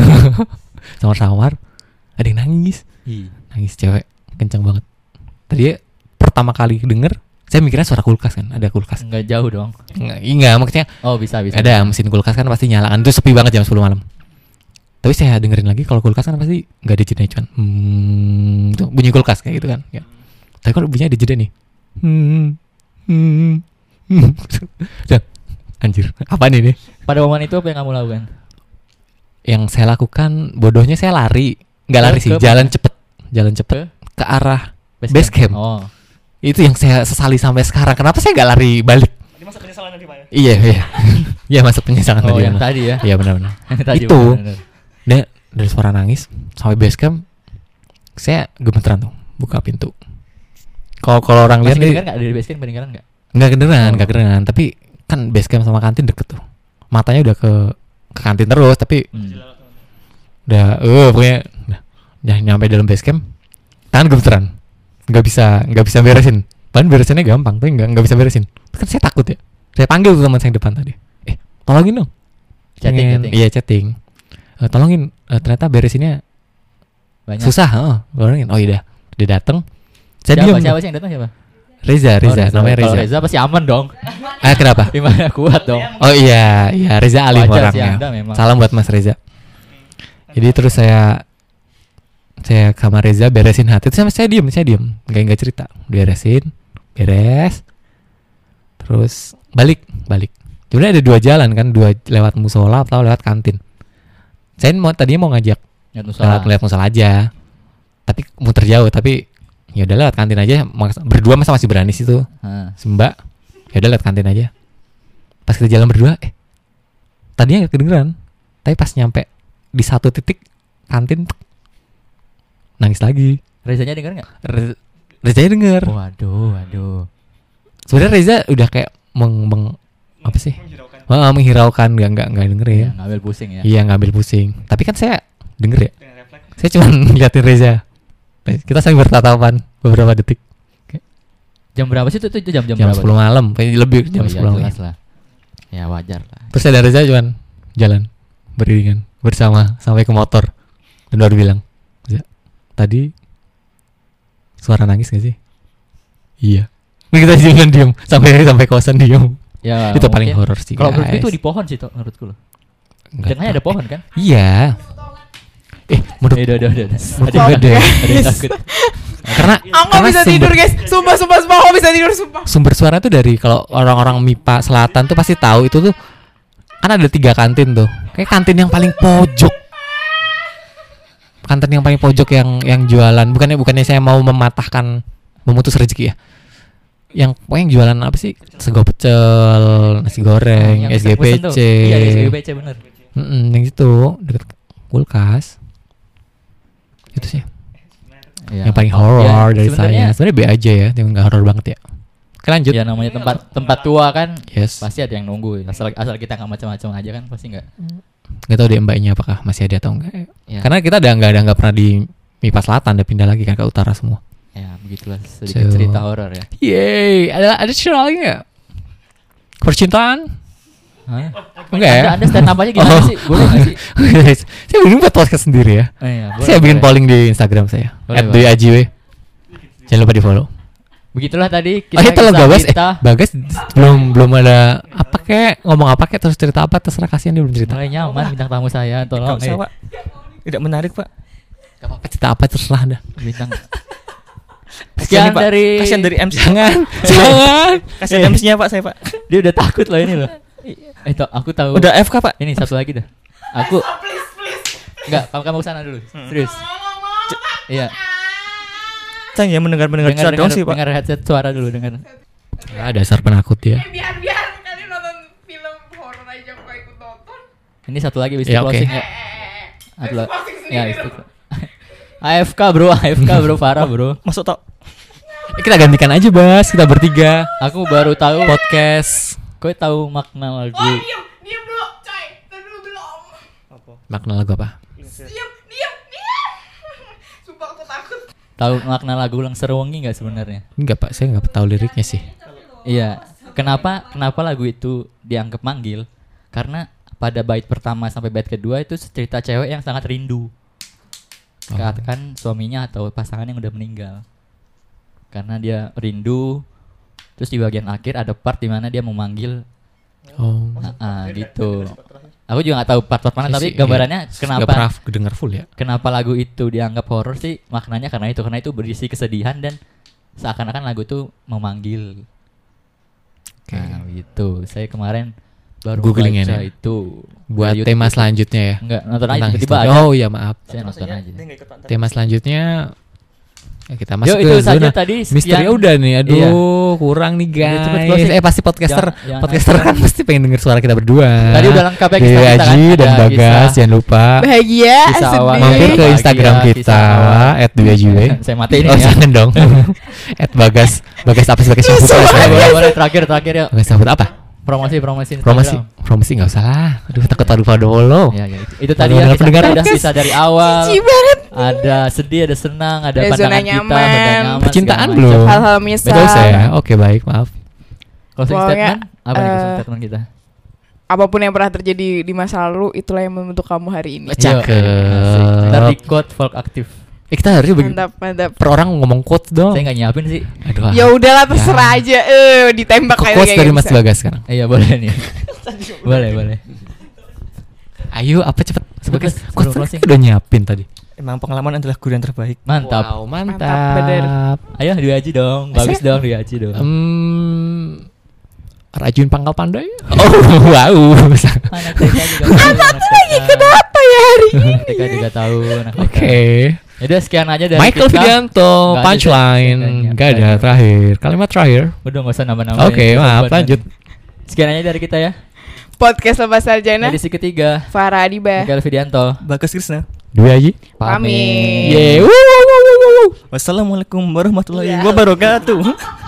Samar-samar ada yang nangis. Ih. Nangis cewek kencang banget. Tadi ya, pertama kali denger saya mikirnya suara kulkas kan, ada kulkas. Enggak jauh dong. Enggak, enggak maksudnya Oh, bisa bisa. ada mesin kulkas kan pasti nyala kan, itu sepi banget jam sepuluh malam. Tapi saya dengerin lagi kalau kulkas kan pasti nggak ada jedanya, cuman hmm, tuh bunyi kulkas kayak gitu kan. Ya. Tapi kalau bunyinya ada jeda nih, hmm, hmm, hmm. Udah, anjir, apa nih nih? Pada momen itu apa yang kamu lakukan? Yang saya lakukan bodohnya saya lari, nggak lari Ke- sih, ke jalan mana? cepet, jalan cepet ke arah base camp. Oh. Itu yang saya sesali sampai sekarang. Kenapa saya nggak lari balik? Ini masa penyesalan nanti Pak ya? Iya, iya, iya masuk penyesalan Oh, tadi. yang Ana. tadi ya. Iya benar-benar. Tadi Itu. bener-bener. Dan dari suara nangis sampai base camp, saya gemeteran tuh buka pintu. Kalau kalau orang lihat Masih nih kedengeran nggak dari base camp kedengeran nggak? nggak kedengeran, Oh. nggak kedengeran. Tapi kan base camp sama kantin deket tuh. Matanya udah ke ke kantin terus, tapi Hmm. udah, eh pokoknya udah, udah nyampe dalam base camp, tangan gemeteran, nggak bisa nggak bisa beresin. Padahal beresinnya gampang, tapi nggak nggak bisa beresin. Kan saya takut ya. Saya panggil tuh teman saya yang depan tadi. Eh, tolongin dong. Chatting, Pengen- chatting. Iya chatting. Eh, tolongin, eh, ternyata beresinnya Banyak. susah. Oh, tolongin. Oh iya, dia datang. Saya Siapa, diam. siapa sih yang datang siapa? Reza, Reza, Oh, namanya Kalau Reza. Reza pasti aman dong. Ah, kenapa? Gimana kuat dong. Oh iya, iya Reza alim Wajar sih orangnya. Anda memang. Salam buat Mas Reza. Jadi terus saya saya sama Reza beresin hati. Terus saya diem, saya diem, nggak nggak cerita. Beresin, beres. Terus balik, balik. Sebenarnya ada dua jalan kan, dua lewat musola atau lewat kantin. Saya mau tadinya mau ngajak Lihat lewat musola. lewat musola aja, tapi muter jauh. Tapi ya udah lewat kantin aja. Mas- Berdua masa masih berani sih tuh, Hah. si Mbak. Ya udah lewat kantin aja. Pas kita jalan berdua, eh tadinya nggak kedengeran, tapi pas nyampe di satu titik kantin nangis lagi. Rezanya denger nggak? Re- Reza denger. Waduh, waduh. Sebenarnya Reza udah kayak meng, meng apa sih? Menghiraukan Wah, menghiraukan, nggak nggak nggak Ya, dengerin. ngambil pusing ya. Iya ngambil pusing. Tapi kan saya denger ya. dengan refleks. Saya cuma ngeliatin Reza. Kita saling bertatapan beberapa detik. Jam berapa sih itu? Itu jam jam, Jam berapa? sepuluh malam, kayak lebih Oh jam iya, sepuluh jelas malam. lah. Ya wajar lah. Terus saya dan Reza cuman jalan beriringan bersama sampai ke motor. Dan baru bilang, "Reza, tadi suara nangis gak sih?" Iya. Kita jangan diem sampai sampai kosan diem. Ya. Itu paling mungkin. horor sih. Kalau menurutku guys. itu di pohon sih tuh menurutku loh. Nggak Tengahnya ada tahu. pohon kan? Iya. Eh, menurut Eh, udah, udah, udah. udah. menurut Ada- gue deh. ada yang takut. Karena Aku karena bisa sumber, tidur guys. Sumpah sumpah sumpah aku bisa tidur sumpah. sumber suara tuh dari kalau orang-orang M I P A Selatan tuh pasti tahu itu tuh kan ada tiga kantin tuh. Kayak kantin yang paling pojok. Kantin yang paling pojok yang yang jualan. Bukannya bukannya saya mau mematahkan memutus rezeki ya. Yang pokoknya yang jualan apa sih? Sego pecel, nasi goreng, Yang S G P pesen tuh. C. Iya, S G P C bener. Mm-mm, yang itu deket kulkas. Itu sih Iya. yang paling Ya, horor dari sebenarnya- saya. Sebenarnya B aja ya, yang nggak horor banget ya. Oke, lanjut. Ya namanya tempat tempat tua kan Yes. pasti ada yang nunggu. Asal asal kita nggak macam-macam aja kan pasti nggak. Nggak tahu deh mbaknya apakah masih ada atau enggak. Ya. Karena kita udah nggak ada nggak pernah di M I P A Selatan, udah pindah lagi kan ke utara semua. Ya begitulah sedikit So- cerita horor ya. Yeay, ada ada cerita lagi nggak? Percintaan? Hah? Enggak ya? Anda, anda stand up aja gimana Oh. sih? Boleh nggak sih? Saya bikin buat podcast sendiri ya. Eh, ya, boleh, Saya bikin boleh. polling di Instagram saya. Boleh, at boleh. dwi a j w. Jangan lupa di follow. Begitulah tadi Oh iya kalau kisah Bagas, eh, kita. Bagas belum belum ada apa kek ngomong apa kek terus cerita apa terserah kasihan dia belum cerita. Mulai nyaman bintang tamu saya, tolong. Nggak usah, Pak. Tidak menarik, Pak. Gak apa-apa cerita apa terserah dah. Bintang. Kasihan Sekian nih, Pak. dari Kasihan dari M C. Jangan, jangan. Kasihan M C-nya, Pak, saya, Pak. Dia udah takut loh ini loh. Eh, to, aku tahu. Udah F K, Pak. Ini satu lagi dah. Aku enggak, kamu kamu kesana dulu. Serius. Iya. Saya ya mendengar mendengar Dengar suara dong dengar, sih, Pak. dengar headset suara dulu dengar. Ah, dasar penakut ya. biar biar kalian nonton film horor aja kok ikut nonton. Ini satu lagi bisa Ya, oke. closing ya. Eh, Atla- closing sendiri ya, dulu. itu. A F K bro, A F K bro, parah bro. Masuk tok. Eh, kita gantikan aja Bas, kita bertiga Aku baru tahu. podcast. Kau tahu makna lagu? Oh, diam, diam dulu, coy. Tadi dulu belum. Makna lagu apa? Diam, diam, diam. Sumpah aku takut. Tahu makna lagu Lengser Wengi nggak sebenarnya? Enggak Pak, saya nggak tahu liriknya sih. Iya. Kenapa kenapa lagu itu dianggap manggil? Karena pada bait pertama sampai bait kedua itu cerita cewek yang sangat rindu. Oh. Katakan suaminya atau pasangan yang udah meninggal. Karena dia rindu. Terus di bagian akhir ada part di mana dia memanggil. Oh. Nah, ah, gitu. Aku juga nggak tahu part-part mana, Iya tapi sih, gambarannya iya. kenapa Nggak pernah denger full ya. kenapa lagu itu dianggap horor sih? Maknanya karena itu, karena itu berisi kesedihan dan seakan-akan lagu itu memanggil. Oke. Nah, gitu. Saya kemarin baru Googling baca ya. itu Buat di tema YouTube. selanjutnya ya. Enggak, nonton aja Tentang tiba-tiba histori. ada. Oh iya maaf. Saya nonton aja. Dia nggak ikut Pak. Tema selanjutnya ya kita Yo, masuk itu ke saja zona tadi. misteri sekian. udah nih. Aduh, Iya. kurang nih Udah, cepet guys. closing. Eh pasti podcaster Jangan- jangan podcaster ngacak. kan pasti pengen denger suara kita berdua. Tadi udah lengkap ya kisah Dewi kita kan. Aji dan Ada Bagas, kisah- jangan lupa Bahagia, Kisah awal. sedih. mampir ke Bahagia, Instagram kisah kita awal. at dewi aji w. Saya matiin Oh ini ya. jangan dong. at Bagas Bagas apa sih Bagas yang putra Boleh, saya. boleh, boleh. Terakhir, terakhir ya. Bagas yang putra apa? Promosi, promosi Instagram. Promosi promosi nggak usah lah. Aduh takut taruh follow. Ya, ya, itu. Itu tadi ya Pendengar- kita pendengar udah podcast. bisa dari awal. Cici banget. Ada sedih, ada senang, ada Ada zona pandangan kita, nyaman. zona nyaman, Percintaan segala belum? macam. Hal-hal menyesal. Betul saya. Oke baik maaf. Closing Pokoknya, statement apa nih closing eh, statement kita? Apapun yang pernah terjadi di masa lalu, itulah yang membentuk kamu hari ini. Cakep. Asik. Ntar di quote folk aktif. Eh, kita harusnya bagi Mantap, mantap. per orang ngomong quotes dong. Saya nggak nyiapin sih. Aduh. ah. Ya udahlah terserah aja. Eh, ditembak Quotes kayak dari kayak Mas bisa. Bagas sekarang. Eh, iya boleh nih. boleh, boleh. Ayo apa cepet Bagas. Cepet, Quotes sebelum closing. udah nyiapin tadi. Emang pengalaman adalah guru yang terbaik. Mantap. Wow, mantap. Mantap, bener. Ayo Dwi Aji dong. Bagus dong Dwi Aji dong. Hmm, Rajin Pangkal Pandai. Oh, wow. Anak T K juga tahu. Anak lagi Kenapa ya hari ini? T K juga tahu. Anak T K. Oke. Ya udah sekian aja dari Michael kita. Vidianto, Nggak ada, punchline. saya- Gak ada saya- terakhir. Kalimat terakhir. Udah nggak usah nambah-nambah. Oke, maaf lanjut. Sekian aja dari kita ya. Podcast Lepas Sarjana. Edisi ketiga. Farah Adiba. Michael Vidianto. Bagas Krisna. Dwi Aji. Pamit. Yeay. Wuh, wuh, wuh, wuh, wuh. Wassalamualaikum warahmatullahi Iya. wabarakatuh.